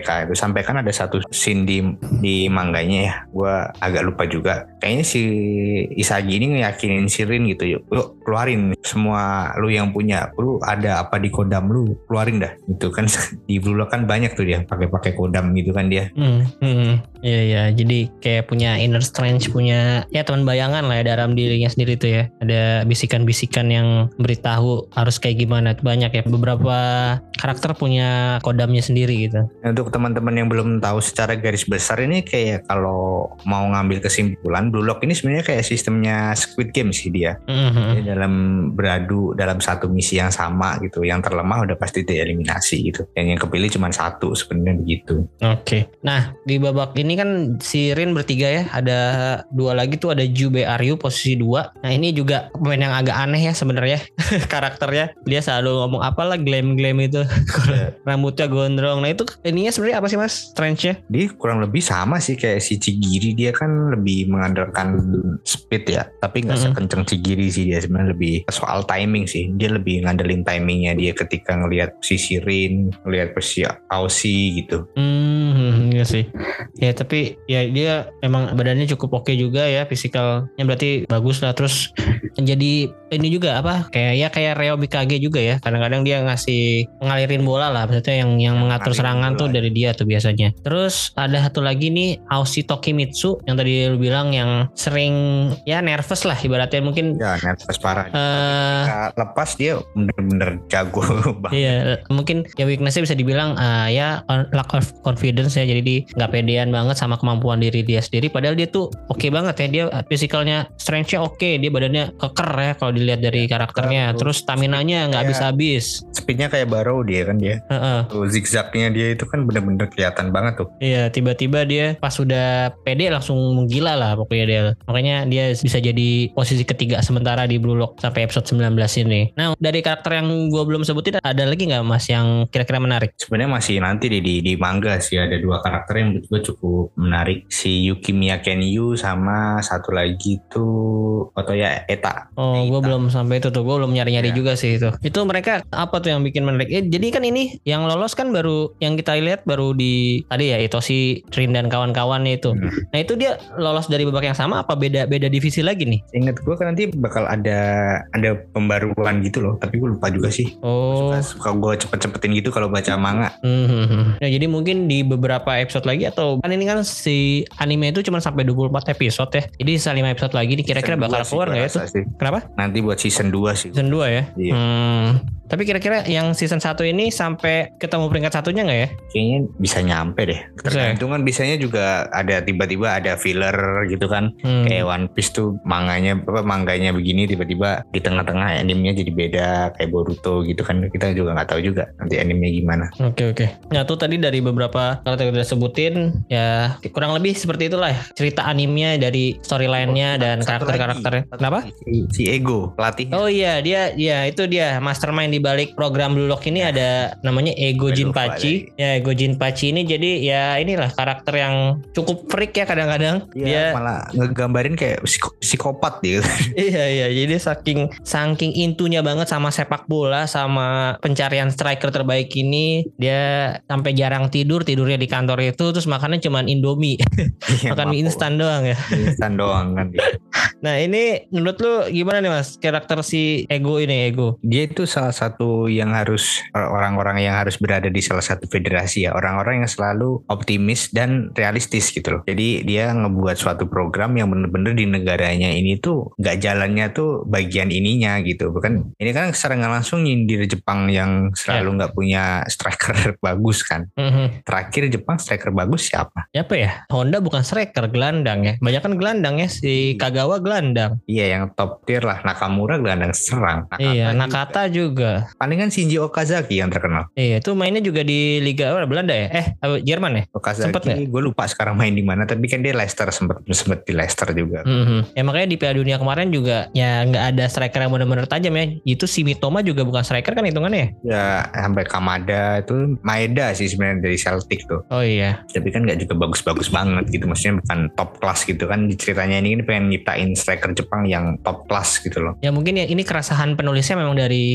sampai kan ada satu scene di di manganya ya, gue agak lupa juga. Kayaknya si Isagi ini ngeyakinin si Rin gitu, yuk, yuk keluarin semua lu yang punya, lu ada apa di kodam lu, keluarin dah. Gitu kan di Blue Lock kan banyak tuh dia pakai-pakai kodam gitu kan dia. Hmm, hmm. Iya ya, jadi kayak punya inner strength, punya ya teman bayangan lah ya dalam dirinya sendiri tuh ya. Ada bisikan-bisikan yang beritahu harus kayak gimana. Banyak ya, beberapa karakter punya kodamnya sendiri gitu. Untuk teman-teman yang belum tahu secara garis besar ini, kayak kalau mau ngambil kesimpulan, Blue Lock ini sebenarnya kayak sistemnya Squid Game sih dia. Mm-hmm. Dia dalam beradu dalam satu misi yang sama gitu. Yang terlemah udah pasti dieliminasi gitu. Dan yang kepilih cuma satu sebenarnya begitu. Oke. Okay. Nah, di babak ini kan si Rin bertiga ya, ada dua lagi tuh, ada Ju B Ryu posisi dua. Nah ini juga pemain yang agak aneh ya sebenarnya karakternya. Dia selalu ngomong apalah glam-glam itu, rambutnya gondrong. Nah itu ininya sebenarnya apa sih mas? Trenchnya? Dia kurang lebih sama sih kayak si Chigiri. Dia kan lebih mengandalkan speed ya, tapi nggak mm-hmm. sekenceng Chigiri sih. Dia sebenarnya lebih soal timing sih. Dia lebih ngandelin timingnya dia ketika ngelihat posisi Rin, ngelihat posisi Aussie gitu. Hmm, iya sih. Ya tapi ya dia emang badannya cukup oke juga ya, fisikalnya berarti bagus lah. Terus jadi ini juga apa kayak ya kayak Reo Mikage juga ya, kadang-kadang dia ngasih ngalirin bola lah, maksudnya yang yang mengatur serangan tuh dari dia tuh biasanya. Terus ada satu lagi nih Aoshi Tokimitsu yang tadi lu bilang yang sering ya nervous lah ibaratnya, mungkin ya nervous parah. Uh, lepas dia bener-bener jago banget. Iya, mungkin ya weaknessnya bisa dibilang uh, ya lack of confidence ya, jadi dia nggak pedean banget sama kemampuan diri dia sendiri, padahal dia tuh oke okay banget ya, dia fisikalnya strength-nya oke, okay, dia badannya keker ya kalau dilihat dari karakternya. Terus stamina-nya nggak habis-habis, speednya kayak Barrow dia kan dia. Uh-uh. Tuh zigzagnya dia itu kan bener-bener kelihatan banget tuh. Iya, tiba-tiba dia pas sudah pede langsung menggila lah pokoknya dia. Makanya dia bisa jadi posisi ketiga sementara di Blue Lock sampai episode sembilan belas ini. Nah dari karakter yang gue belum sebutin, ada lagi nggak mas yang kira-kira menarik? Sebenarnya masih nanti di, di di manga sih ada dua karakter yang menurut gue cukup menarik, si Yukimiya Kenyu sama satu lagi tuh Otoya Eta. Oh, gue belum sampai itu tuh, gue belum nyari-nyari ya. Juga sih itu. Itu mereka apa tuh yang bikin menarik? Eh, jadi kan ini yang lolos kan baru yang kita lihat baru di tadi ya Itoshi, Rin dan kawan-kawannya itu. Hmm. Nah itu dia lolos dari babak yang sama apa beda beda divisi lagi nih? Ingat gue kan nanti bakal ada ada pembaruan gitu loh, tapi gue lupa juga sih. Oh. Suka, suka gue cepet-cepetin gitu kalau baca manga. Hmm. Nah jadi mungkin di beberapa episode lagi, atau kan ini kan si anime itu cuma sampai dua puluh empat episode ya. Jadi sisa lima episode lagi nih kira-kira bakal keluar nggak ya tuh? Sih. Kenapa? Nanti buat season dua sih. Season dua ya? Iya. Hmm. Tapi kira-kira yang season satu ini sampai ketemu peringkat satunya nggak ya? Kayaknya bisa nyampe deh. Tergantung kan biasanya juga ada tiba-tiba ada filler gitu kan. Hmm. Kayak One Piece tuh manganya apa mangganya begini, tiba-tiba di tengah-tengah animenya jadi beda kayak Boruto gitu kan. Kita juga nggak tahu juga nanti animenya gimana. Oke oke. Nah tuh tadi dari beberapa karakter yang udah sebutin ya kurang lebih seperti itulah ya, cerita animenya dari storyline-nya oh, dan karakter-karakternya. Kenapa? Si, si Ego pelatihnya. Oh iya dia ya itu dia mastermind di balik program Blue Lock ini, ada namanya Ego Jinpachi. Ya Ego Jinpachi ini jadi ya inilah karakter yang cukup freak ya kadang-kadang. Iya, dia malah ngegambarin kayak psiko, psikopat dia. Iya iya, jadi saking saking intunya banget sama sepak bola, sama pencarian striker terbaik ini, dia sampai jarang tidur, tidurnya di kantor itu, terus makannya cuma Indomie. Iya, makan mie instan doang ya. Instan doang kan. Nah ini menurut lu gimana nih mas karakter si Ego ini? Ego dia itu salah satu yang harus orang-orang yang harus berada di salah satu federasi ya, orang-orang yang selalu optimis dan realistis gitu loh. Jadi dia ngebuat suatu program yang bener-bener di negaranya ini tuh gak jalannya tuh bagian ininya gitu. Bukan ini kan secara gak langsung nyindir Jepang yang selalu yeah. gak punya striker bagus kan. Mm-hmm. Terakhir Jepang striker bagus siapa? Siapa ya? Honda bukan striker, gelandang ya. Banyak kan gelandang ya, si Kagawa gelandang. Iya yang top tier lah. Nakamura gelandang serang. Nakata iya juga. Nakata juga. Palingan Shinji Okazaki yang terkenal. Iya itu mainnya juga di Liga oh, Belanda ya? Eh Jerman ya? Okazaki gue lupa sekarang main di mana, tapi kan dia Leicester, sempat sempat di Leicester juga. Mm-hmm. Ya makanya di Piala Dunia kemarin juga ya nggak ada striker yang benar-benar tajam ya. Itu si Mitoma juga bukan striker kan hitungannya ya? Ya sampai Kamada itu Maeda sih sebenarnya dari Celtic tuh. Oh iya. Tapi kan nggak juga bagus-bagus banget gitu, maksudnya bukan top class gitu kan. Di ceritanya ini kan pengen nyiptain striker Jepang yang top class gitu loh. Ya mungkin ya ini keresahan penulisnya memang dari real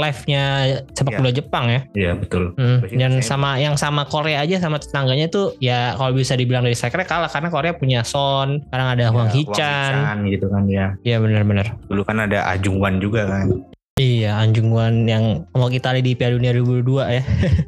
live-nya sepak Iya. bola Jepang ya. Iya betul. Hmm, Terus ini dan saya- sama yang sama Korea aja sama tetangganya tuh ya kalau bisa dibilang dari striker kalah karena Korea punya Son, sekarang ada ya, Hwang Wang Hee-chan. Hee-chan gitu kan ya. Iya benar-benar. Dulu kan ada Ah Jung-wan juga kan. Iya, Anjung Wan yang mau Italia di Piala Dunia dua ribu dua puluh dua ya.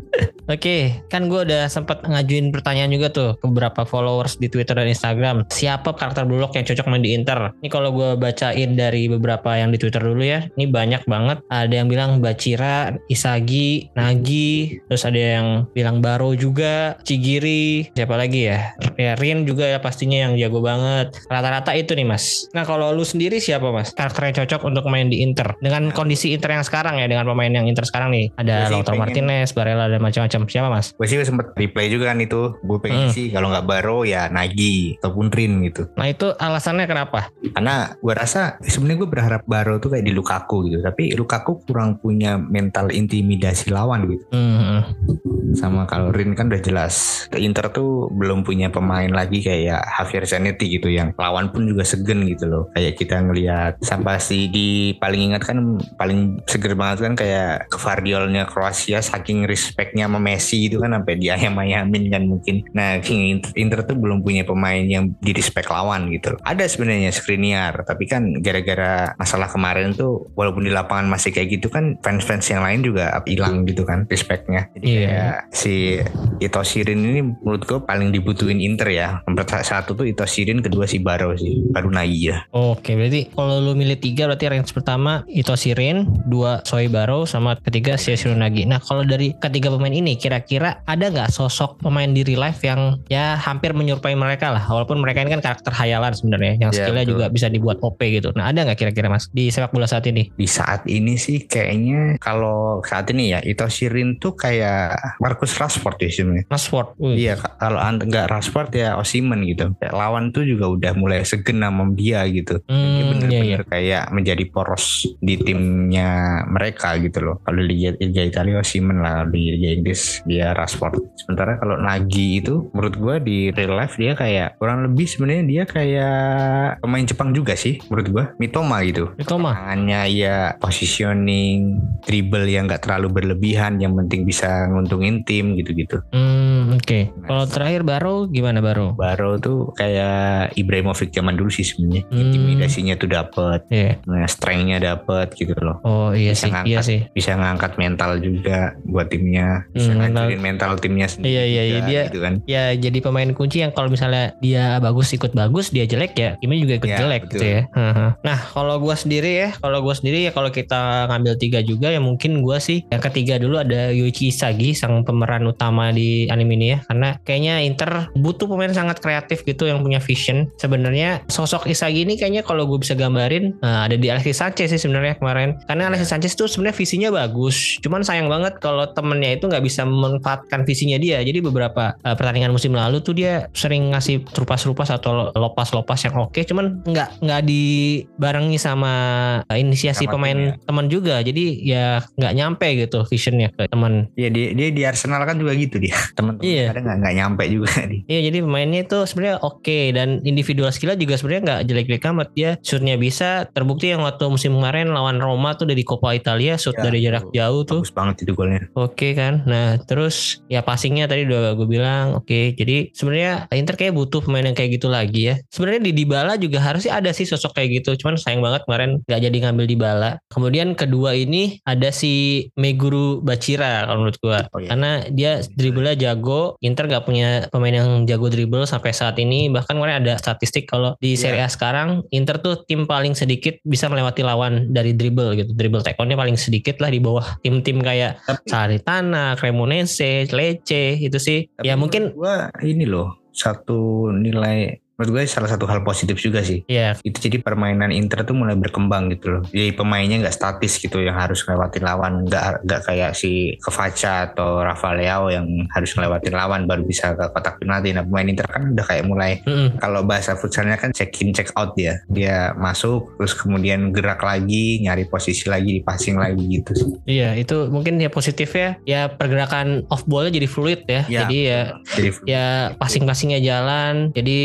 Oke, kan gue udah sempat ngajuin pertanyaan juga tuh ke beberapa followers di Twitter dan Instagram. Siapa karakter Bulldog yang cocok main di Inter? Ini kalau gue bacain dari beberapa yang di Twitter dulu ya. Ini banyak banget. Ada yang bilang Bachira, Isagi, Nagi. Terus ada yang bilang Baro juga, Chigiri. Siapa lagi ya? Ya Rin juga ya pastinya yang jago banget. Rata-rata itu nih mas. Nah kalau lu sendiri siapa mas? Karakter yang cocok untuk main di Inter? Dengan kondisi Inter yang sekarang ya. Dengan pemain yang Inter sekarang nih. Gue Ada sih Lautaro pengen- Martinez, Barella dan macam-macam. Siapa mas? Gue sih sempet replay juga kan itu. Gue pengen Hmm. sih kalau nggak Baro ya Nagi ataupun Rin gitu. Nah itu alasannya kenapa? Karena gue rasa sebenarnya gue berharap Baro tuh kayak di Lukaku gitu. Tapi Lukaku kurang punya mental intimidasi lawan gitu. Hmm. Sama kalau Rin kan udah jelas. Inter tuh belum punya pemain lagi kayak Javier Zanetti gitu yang lawan pun juga segen gitu loh. Kayak kita ngelihat sampai si di paling ingat kan paling seger banget kan kayak Gvardiolnya Kroasia saking respectnya sama Messi itu kan sampai diayam-ayamin kan mungkin. Nah Inter, Inter tuh belum punya pemain yang di respect lawan gitu loh. Ada sebenarnya Skriniar tapi kan gara-gara masalah kemarin tuh walaupun di lapangan masih kayak gitu kan fans-fans yang lain juga hilang gitu kan respectnya. Jadi Iya. kayak si Ito Shirin ini menurut gue paling dibutuhin Inter ya. Nomor satu tuh Ito Shirin, kedua si Baro sih, baru Nagi ya. Oke, berarti kalau lu milih tiga berarti range pertama Ito Shirin, dua Soi Baro, sama ketiga Sessuro Nagi. Nah kalau dari ketiga pemain ini kira-kira ada nggak sosok pemain di real life yang ya hampir menyerupai mereka lah, walaupun mereka ini kan karakter hayalan sebenarnya, yang Ya, skillnya betul. juga bisa dibuat O P gitu. Nah ada nggak kira-kira mas di sepak bola saat ini? Di saat ini sih kayaknya kalau saat ini ya Ito Shirin tuh kayak Marcus Rashford ya sebenarnya. Rashford. Wih. Iya ka- kalau ant- nggak Rashford ya Osimhen gitu. Kayak lawan tuh juga udah mulai segen sama dia gitu. Dia Hmm, iya, bener-bener iya. kayak menjadi poros di timnya mereka gitu loh. Kalau di Liga, Liga Italia Osimhen lah, di Liga Inggris dia Rashford. Sementara kalau Nagi itu menurut gue di real life dia kayak kurang lebih sebenarnya dia kayak pemain Jepang juga sih menurut gue. Mitoma gitu. Itu mah. Tangannya ya positioning, dribble yang nggak terlalu berlebihan, yang penting bisa nguntungin tim gitu-gitu. Hmm, oke. Kalau terakhir Baro gimana Baro? Baro tuh kayak Ibrahimovic zaman dulu sih sebenarnya. Hmm. Intimidasinya tuh dapet, Iya. nah, strength-nya dapet gitu loh. Oh iya Bisa sih, ngangkat, iya sih. bisa ngangkat mental juga buat timnya, bisa Hmm, ngancurin mental timnya sendiri. Iya, iya, iya, juga, dia- gitu kan. Ya jadi pemain kunci yang kalau misalnya dia bagus ikut bagus, dia jelek ya timnya juga ikut Ya, jelek betul. gitu ya. Haha. Nah kalau gue sendiri ya, kalau gue sendiri ya kalau kita ngambil tiga juga ya mungkin gue sih yang ketiga dulu ada Yuichi Isagi sang pemeran utama di anime ini ya, karena kayaknya Inter butuh pemain sangat kreatif gitu yang punya vision. Sebenarnya sosok Isagi ini kayaknya kalau gue bisa gambarin nah, ada di Alexis Sanchez sih sebenarnya kemarin, karena Alexis Sanchez tuh sebenarnya visinya bagus, cuman sayang banget kalau temennya itu nggak bisa memanfaatkan visinya dia. Jadi beberapa uh, pertandingan musim lalu tuh dia sering ngasih terupas-terupas atau lopas-lopas yang oke, cuman nggak nggak dibarengi sama uh, inisiasi Sama pemain timnya. teman juga. Jadi ya nggak nyampe gitu visionnya ke teman. Iya dia, dia di Arsenal kan juga gitu dia. Teman-teman Iya. kadang nggak nggak nyampe juga dia. Iya jadi pemainnya itu sebenarnya oke, dan individual skillnya juga sebenarnya nggak jelek-jelek amat. Dia shootnya bisa, terbukti yang waktu musim kemarin lawan Roma tuh dari Coppa Italia shoot Ya, dari jarak tuh. jauh tuh. Bagus banget itu golnya. Oke kan. Nah terus ya passingnya tadi udah gue bilang oke. Jadi sebenarnya Inter kayak butuh pemain yang kayak gitu lagi ya. Sebenarnya di Dybala juga harusnya ada sih sosok kayak gitu. Cuman sayang banget kemarin nggak jadi ngambil Dybala. Kemudian kedua ini ada si Meguru Bachira kalau menurut gue. Oh, iya. Karena dia dribblenya jago. Inter nggak punya pemain yang jago dribble sampai saat ini. Bahkan kemarin ada statistik kalau di Iya. Serie A sekarang Inter tuh tim paling sedikit bisa melewati lawan dari dribble gitu. Dribble take on-nya paling sedikit lah di bawah tim-tim kayak Tapi, Salernitana, Cremonese, Lecce itu sih. tapi Ya mungkin gua ini loh satu nilai menurut gue salah satu hal positif juga sih. ya Itu jadi permainan Inter tuh mulai berkembang gitu loh. Jadi pemainnya nggak statis gitu yang harus ngelewatin lawan, nggak nggak kayak si Kovaca atau Rafa Leao yang harus ngelewatin lawan baru bisa ke kotak penalti. Nah pemain Inter kan udah kayak mulai mm-mm. kalau bahasa futsalnya kan check in check out dia. Dia masuk terus kemudian gerak lagi, nyari posisi lagi, di passing lagi gitu sih. Iya itu mungkin ya positifnya ya pergerakan off ballnya jadi fluid ya. Ya, Jadi ya Jadi ya passing-passingnya jalan. Jadi slow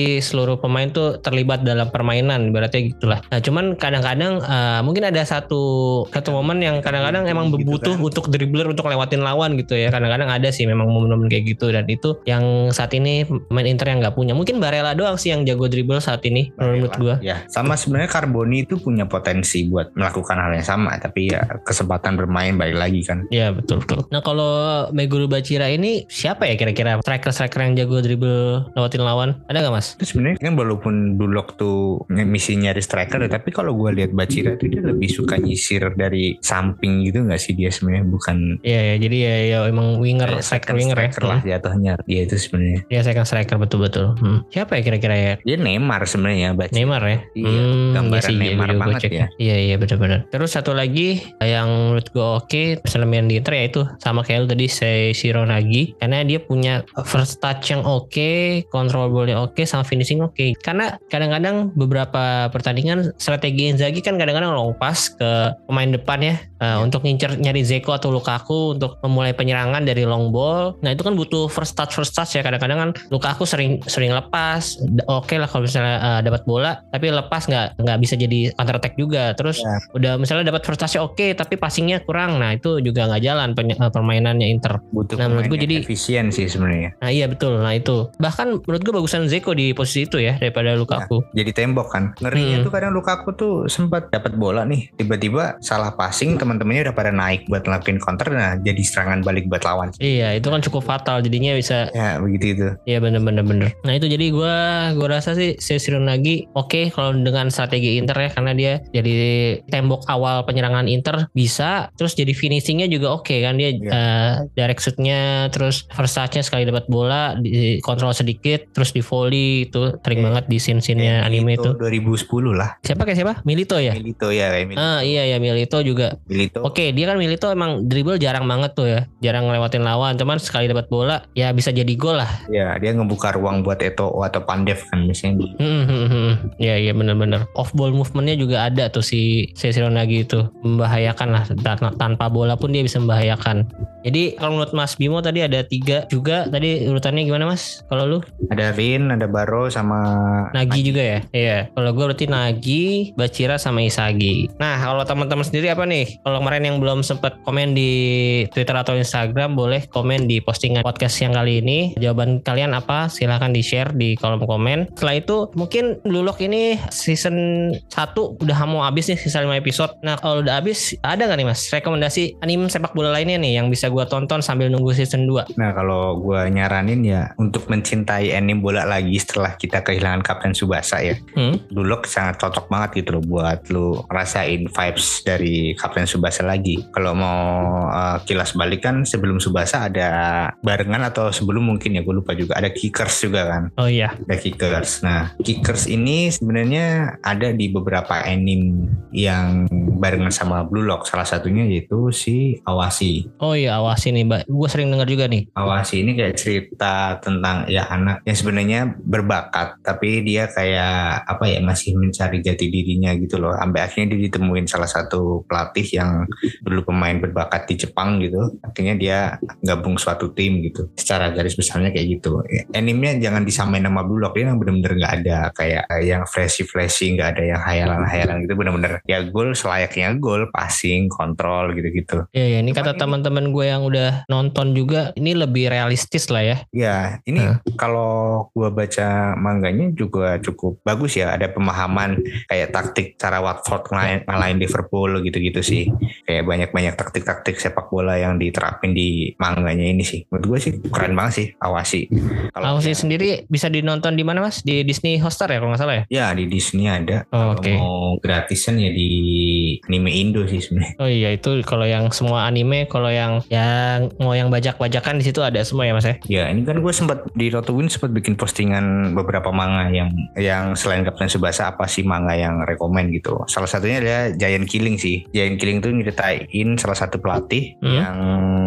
seluruh pemain tuh terlibat dalam permainan, berarti gitulah. Nah cuman kadang-kadang uh, mungkin ada satu satu momen yang kadang-kadang emang butuh gitu kan, untuk dribbler untuk lewatin lawan gitu ya. Kadang-kadang ada sih memang momen-momen kayak gitu, dan itu yang saat ini pemain Inter yang nggak punya. Mungkin Barella doang sih yang jago dribble saat ini menurut gua. Ya sama sebenarnya Carboni itu punya potensi buat melakukan hal yang sama, tapi ya kesempatan bermain balik lagi kan. Iya betul betul. Nah kalau Meguru Bachira ini siapa ya kira-kira striker-striker yang jago dribble lewatin lawan? Ada nggak mas? Itu sebenarnya kan walaupun Bullock tuh misi nyari striker, tapi kalau gue lihat Bachira tuh dia lebih suka nyisir dari samping gitu nggak sih dia sebenarnya, bukan? Iya ya, jadi ya, ya emang winger, eh, striker winger striker ya. lah jatuhnya dia itu sebenarnya. Dia second striker betul-betul. Hmm. Siapa ya kira-kira ya? Dia Neymar sebenarnya Bachira. Neymar ya. Iya, hmm, gambaran ya sih, Neymar iya, banget ya. Iya iya benar-benar. Terus satu lagi yang menurut gue oke selama di Inter ya itu sama kayak lu tadi saya Shironagi, karena dia punya first touch yang oke, control bola oke, sama finishing oke. Karena kadang-kadang beberapa pertandingan strategi Inzaghi kan kadang-kadang long pass ke pemain depan ya, uh, ya. Untuk ngincer nyari Dzeko atau Lukaku untuk memulai penyerangan dari long ball. Nah itu kan butuh first touch first touch ya. Kadang-kadang kan Lukaku sering sering lepas. Oke lah kalau misalnya uh, dapat bola, tapi lepas nggak nggak bisa jadi counter attack juga. Terus ya. Udah misalnya dapat first touch oke, tapi passingnya kurang. Nah itu juga nggak jalan pen- permainannya Inter. Butuh nah menurut gue jadi efisien sih sebenarnya. Nah iya betul. Nah itu bahkan menurut gue bagusan Dzeko di posisi itu ya daripada Lukaku. Ya, jadi tembok kan. Ngerinya hmm. tuh kadang Lukaku tuh sempat dapat bola nih, tiba-tiba salah passing, teman-temannya udah pada naik buat ngelakuin counter, nah jadi serangan balik buat lawan. Iya itu kan cukup fatal jadinya bisa. Ya begitu itu. Iya bener-bener bener. Nah itu jadi gue gue rasa sih Shironagi oke okay, kalau dengan strategi Inter ya, karena dia jadi tembok awal penyerangan Inter bisa, terus jadi finishingnya juga oke okay, kan dia yeah. uh, direct shootnya, terus first touchnya sekali dapat bola di kontrol sedikit, terus di volley itu sering yeah. banget di scene-scene-nya yeah, anime itu. dua ribu sepuluh lah. Siapa kayak siapa? Milito ya? Milito ya kayak Milito. Ah iya ya Milito juga. Milito. Oke okay, dia kan Milito emang dribble jarang banget tuh ya, jarang ngelewatin lawan, cuman sekali dapat bola ya bisa jadi gol lah. Ya dia ngebuka ruang buat Eto'o atau Pandev kan biasanya. Hmm, hmm, hmm. Ya iya benar-benar. Off ball movementnya juga ada tuh si Shironagi itu, membahayakan lah, tanpa bola pun dia bisa membahayakan. Jadi kalau menurut Mas Bimo tadi ada tiga juga, tadi urutannya gimana Mas? Kalau lu? Ada Rin, ada Baro sama Nagi, Nagi. juga ya? Iya. Kalau gue berarti Nagi, Bachira sama Isagi. Nah kalau teman-teman sendiri apa nih? Kalau kemarin yang belum sempat komen di Twitter atau Instagram, boleh komen di postingan podcast yang kali ini. Jawaban kalian apa? Silahkan di share di kolom komen. Setelah itu mungkin Blue Lock ini season satu udah mau habis nih, sisa lima episode. Nah kalau udah habis, ada gak nih Mas rekomendasi anime sepak bola lainnya nih yang bisa gue tonton sambil nunggu season dua? Nah kalau gue nyaranin ya untuk mencintai anime bola lagi setelah kita kehilangan Kapten Tsubasa ya, hmm? Blue Lock sangat cocok banget gitu loh buat lu ngerasain vibes dari Kapten Tsubasa lagi. Kalau mau uh, kilas balik kan sebelum Tsubasa ada barengan atau sebelum mungkin ya gue lupa juga, ada Kickers juga kan. Oh iya. Ada Kickers. Nah Kickers ini sebenarnya ada di beberapa anime yang barengan sama Blue Lock. Salah satunya yaitu si Awasi. Oh iya Awasi nih Mbak, gue sering dengar juga nih. Awasi ini kayak cerita tentang ya anak yang sebenarnya berbakat, tapi dia kayak apa ya masih mencari jati dirinya gitu loh. Sampai akhirnya dia ditemuin salah satu pelatih yang dulu pemain berbakat di Jepang gitu. Akhirnya dia gabung suatu tim gitu. Secara garis besarnya kayak gitu. Animenya jangan disamain sama Blue Lock, dia yang benar-benar nggak ada kayak yang flashy-flashy, nggak ada yang hayalan-hayalan gitu. Benar-benar ya gol selayaknya gol, passing, kontrol gitu-gitu. Iya, ya, ini Cuma kata teman-teman gue yang udah nonton juga, ini lebih realistis lah ya. Ya, ini nah. Kalau gue baca mangganya juga cukup bagus ya. Ada pemahaman kayak taktik cara Watford ngalahin, ngalahin Liverpool gitu-gitu sih. Kayak banyak-banyak taktik-taktik sepak bola yang diterapin di mangganya ini sih. Menurut gue sih keren banget sih Awasi. Kalau Awasi ya, sendiri bisa dinonton di mana Mas? Di Disney Hotstar ya kalau nggak salah ya? Ya di Disney ada. Oh, Oke. Okay. Mau gratisan ya di Anime Indo sih sebenarnya. Oh iya itu kalau yang semua anime, kalau yang yang mau yang bajak-bajakan di situ ada semua ya Mas ya? Ya ini kan gue sempat di Rotowin sempat bikin postingan beberapa manga yang yang selain Kapten Tsubasa apa sih manga yang rekomen gitu. Salah satunya adalah Giant Killing sih. Giant Killing tuh nyeritain salah satu pelatih hmm. yang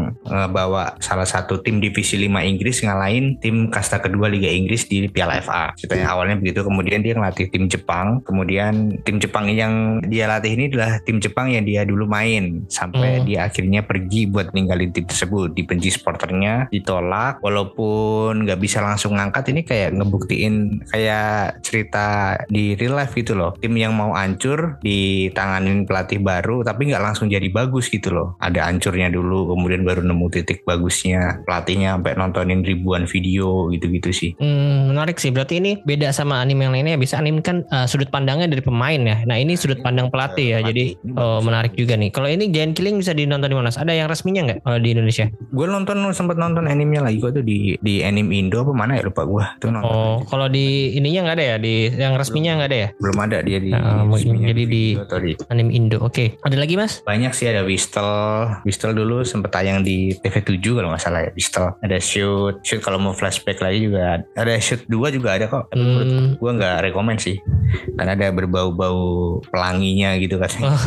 ngebawa salah satu tim divisi lima Inggris ngalahin tim kasta kedua Liga Inggris di Piala F A. Ceritanya awalnya begitu, kemudian dia ngelatih tim Jepang, kemudian tim Jepang yang dia latih ini adalah tim Jepang yang dia dulu main sampai hmm. dia akhirnya pergi buat ninggalin tim tersebut. Dibenci supporternya, ditolak, walaupun nggak bisa langsung ngangkat. Ini kayak ngebuktiin kayak cerita di real life gitu loh. Tim yang mau hancur ditanganin pelatih baru tapi nggak langsung jadi bagus gitu loh. Ada hancurnya dulu, kemudian baru nemu titik bagusnya. Pelatihnya sampai nontonin ribuan video gitu-gitu sih. Hmm, menarik sih. Berarti ini beda sama anime yang lainnya. Bisa anime kan uh, sudut pandangnya dari pemain ya. Nah ini sudut pandang pelatih ya. Jadi oh, menarik juga nih. Kalau ini Giant Killing bisa dinonton di mana? Ada yang resminya nggak kalau di Indonesia? Gue nonton sempat nonton animenya lagi. Gue tuh di di anime Indo apa mana ya, lupa gue. Tuh nonton. Oh, aja. Kalau di ininya nggak ada ya? Di yang resminya nggak ada ya? Belum ada dia di. Nah, jadi di, di anime Indo. Oke. Okay. Ada lagi mas? Banyak sih, ada Whistle. Whistle dulu sempat tayang di T V tujuh kalau nggak salah ya. Whistle. Ada Shoot. Shoot kalau mau flashback lagi juga ada. Ada Shoot dua juga ada kok. Tapi hmm. menurut gue nggak rekomen sih. Karena ada berbau-bau pelanginya gitu kan. Oh.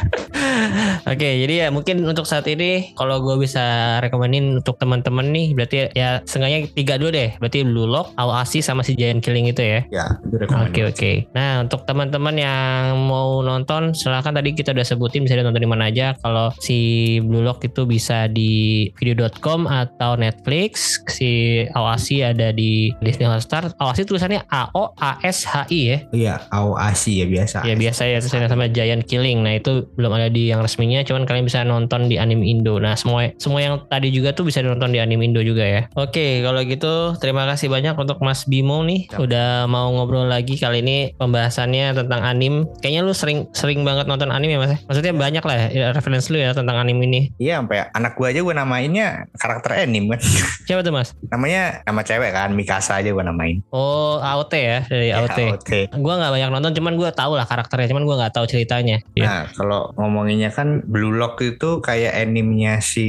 Oke, okay, jadi ya mungkin untuk saat ini kalau gue bisa rekomenin untuk teman-teman nih, berarti ya seenggaknya tiga dulu deh. Berarti Blue Lock, Aoashi sama si Giant Killing itu ya. Ya, itu rekomen. Oke, okay, oke. Okay. Nah, untuk teman-teman yang mau nonton, silakan tadi kita udah sebutin bisa nonton di mana aja. Kalau si Blue Lock itu bisa di video dot com atau Netflix. Si Aoashi ada di Disney Hotstar. Aoashi tulisannya A O A S H I ya. Iya, Aoashi ya biasa. Ya biasa ya tulisannya sama Giant Killing. Nah, itu belum ada di yang resminya, cuman kalian bisa nonton di anime Indo. Nah, semua semua yang tadi juga tuh bisa ditonton di anime Indo juga ya. Oke, kalau gitu terima kasih banyak untuk Mas Bimo nih ya. Udah mau ngobrol lagi kali ini pembahasannya tentang anime. Kayaknya lu sering sering banget nonton anime ya Mas. Maksudnya ya. Banyak lah ya referensi lu ya tentang anime ini. Iya, sampai anak gua aja gua namainnya karakter anime kan. Siapa tuh Mas? Namanya nama cewek kan, Mikasa aja gua namain. Oh, A O T ya, dari ya, A O T. A O T. Gua enggak banyak nonton, cuman gua tahu lah karakternya, cuman gua enggak tahu ceritanya. Nah, ya. Kalau ngomonginnya kan Blue Lock itu kayak animenya si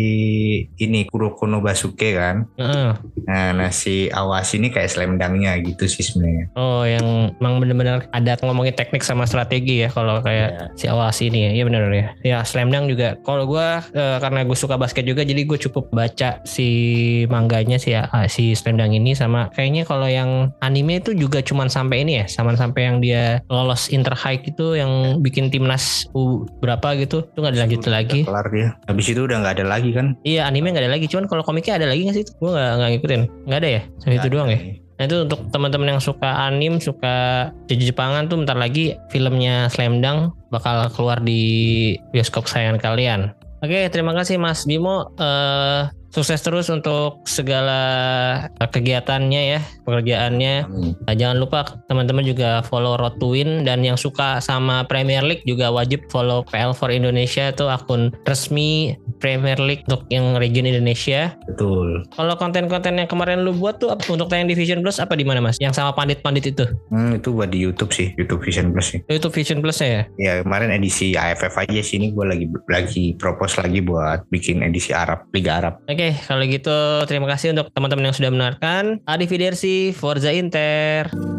ini Kuroko no Basuke kan. Uh. Nah, nah si Aoashi ini kayak Slam Dunk-nya gitu sih sebenarnya. Oh, yang emang benar-benar ada ngomongin teknik sama strategi ya kalau kayak yeah. si Aoashi ini ya. Iya benar ya. Ya Slam Dunk juga. Kalau gue uh, karena gue suka basket juga, jadi gue cukup baca si mangganya si uh, si Slam Dunk ini, sama kayaknya kalau yang anime itu juga cuman sampai ini ya, sama sampai yang dia lolos Inter High itu yang bikin timnas U berapa gitu, itu nggak dilanjut lagi. Kelar dia. Habis itu udah nggak ada lagi kan? Iya, anime nggak ada lagi. Cuman kalau komiknya ada lagi nggak sih? Gue nggak nggak ngikutin. Nggak ada ya? Sampai itu doang ya. Nah itu untuk teman-teman yang suka anime, suka Jepangan tuh bentar lagi filmnya Slam Dunk bakal keluar di bioskop kesayangan kalian. Oke, terima kasih Mas Bimo. Uh, Sukses terus untuk segala kegiatannya ya, pekerjaannya. Nah, jangan lupa teman-teman juga follow Road to Win, dan yang suka sama Premier League juga wajib follow P L four Indonesia, itu akun resmi Premier League untuk yang region Indonesia. Betul. Kalau konten-konten yang kemarin lu buat tuh untuk tayang di Vision Plus apa di mana Mas? Yang sama pandit-pandit itu? Hmm, itu buat di YouTube sih, YouTube Vision Plus sih. YouTube Vision Plus ya? Ya kemarin edisi A F F aja sih, ini gue lagi lagi propose lagi buat bikin edisi Arab, Liga Arab. Oke, kalau gitu terima kasih untuk teman-teman yang sudah mendengarkan. Arrivederci, Forza Inter.